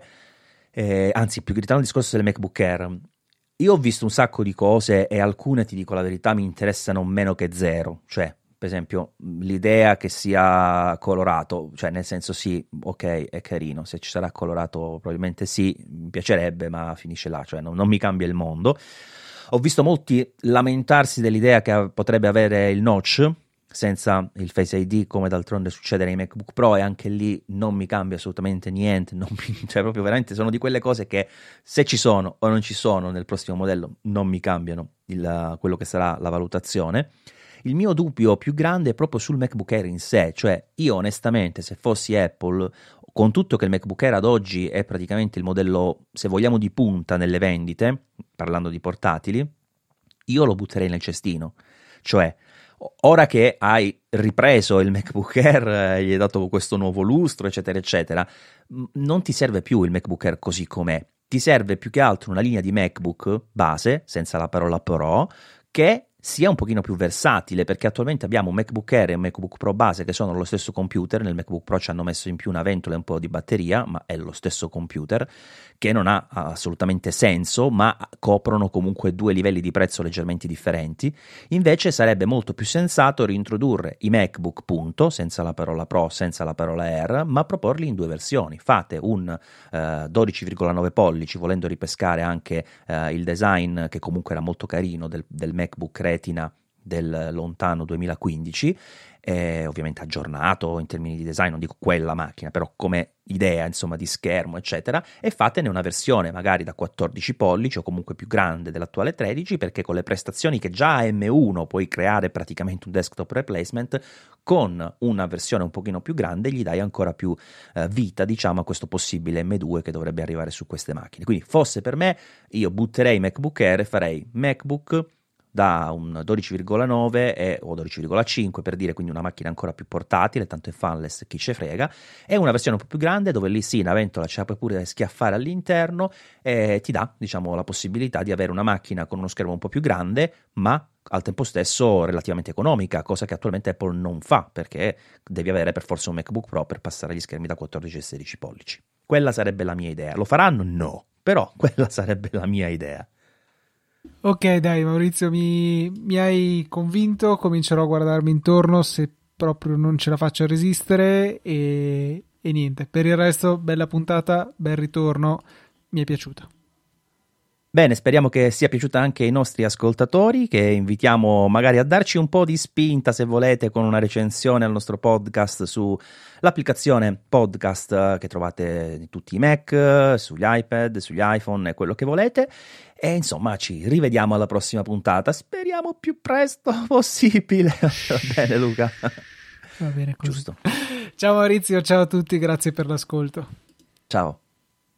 anzi più che ritornando al discorso del MacBook Air, io ho visto un sacco di cose e alcune, ti dico la verità, mi interessano meno che zero. Cioè, per esempio, l'idea che sia colorato, cioè nel senso sì, ok, è carino, se ci sarà colorato probabilmente sì, mi piacerebbe, ma finisce là, cioè non mi cambia il mondo. Ho visto molti lamentarsi dell'idea che potrebbe avere il notch senza il Face ID, come d'altronde succede nei MacBook Pro, e anche lì non mi cambia assolutamente niente, cioè proprio veramente sono di quelle cose che se ci sono o non ci sono nel prossimo modello non mi cambiano quello che sarà la valutazione. Il mio dubbio più grande è proprio sul MacBook Air in sé, cioè io onestamente se fossi Apple, con tutto che il MacBook Air ad oggi è praticamente il modello, se vogliamo, di punta nelle vendite, parlando di portatili, io lo butterei nel cestino, cioè ora che hai ripreso il MacBook Air, gli hai dato questo nuovo lustro, eccetera, eccetera, non ti serve più il MacBook Air così com'è, ti serve più che altro una linea di MacBook base, senza la parola Pro, che sia un pochino più versatile, perché attualmente abbiamo un MacBook Air e un MacBook Pro base che sono lo stesso computer. Nel MacBook Pro ci hanno messo in più una ventola e un po' di batteria, ma è lo stesso computer, che non ha assolutamente senso, ma coprono comunque due livelli di prezzo leggermente differenti. Invece sarebbe molto più sensato reintrodurre i MacBook punto, senza la parola Pro, senza la parola Air, ma proporli in due versioni. Fate un 12,9 pollici, volendo ripescare anche il design che comunque era molto carino del MacBook Retina del lontano 2015, ovviamente aggiornato in termini di design, non dico quella macchina, però come idea insomma di schermo eccetera, e fatene una versione magari da 14 pollici o comunque più grande dell'attuale 13, perché con le prestazioni che già ha M1 puoi creare praticamente un desktop replacement, con una versione un pochino più grande gli dai ancora più vita, diciamo, a questo possibile M2 che dovrebbe arrivare su queste macchine. Quindi fosse per me, io butterei MacBook Air e farei MacBook da un 12,9 o 12,5 per dire, quindi una macchina ancora più portatile, tanto è fanless, chi ce frega, e una versione un po' più grande dove lì sì, una ventola ce la puoi pure schiaffare all'interno e ti dà, diciamo, la possibilità di avere una macchina con uno schermo un po' più grande, ma al tempo stesso relativamente economica, cosa che attualmente Apple non fa, perché devi avere per forza un MacBook Pro per passare agli schermi da 14 e 16 pollici. Quella sarebbe la mia idea. Lo faranno? No, però quella sarebbe la mia idea. Ok, dai Maurizio, mi hai convinto, comincerò a guardarmi intorno se proprio non ce la faccio a resistere e niente, per il resto bella puntata, bel ritorno, mi è piaciuta. Bene, speriamo che sia piaciuta anche ai nostri ascoltatori, che invitiamo magari a darci un po' di spinta se volete con una recensione al nostro podcast sull'applicazione podcast che trovate in tutti i Mac, sugli iPad, sugli iPhone e quello che volete. E insomma ci rivediamo alla prossima puntata, speriamo più presto possibile. Va bene Luca? Va bene così. Giusto. Ciao Maurizio, ciao a tutti, grazie per l'ascolto. Ciao.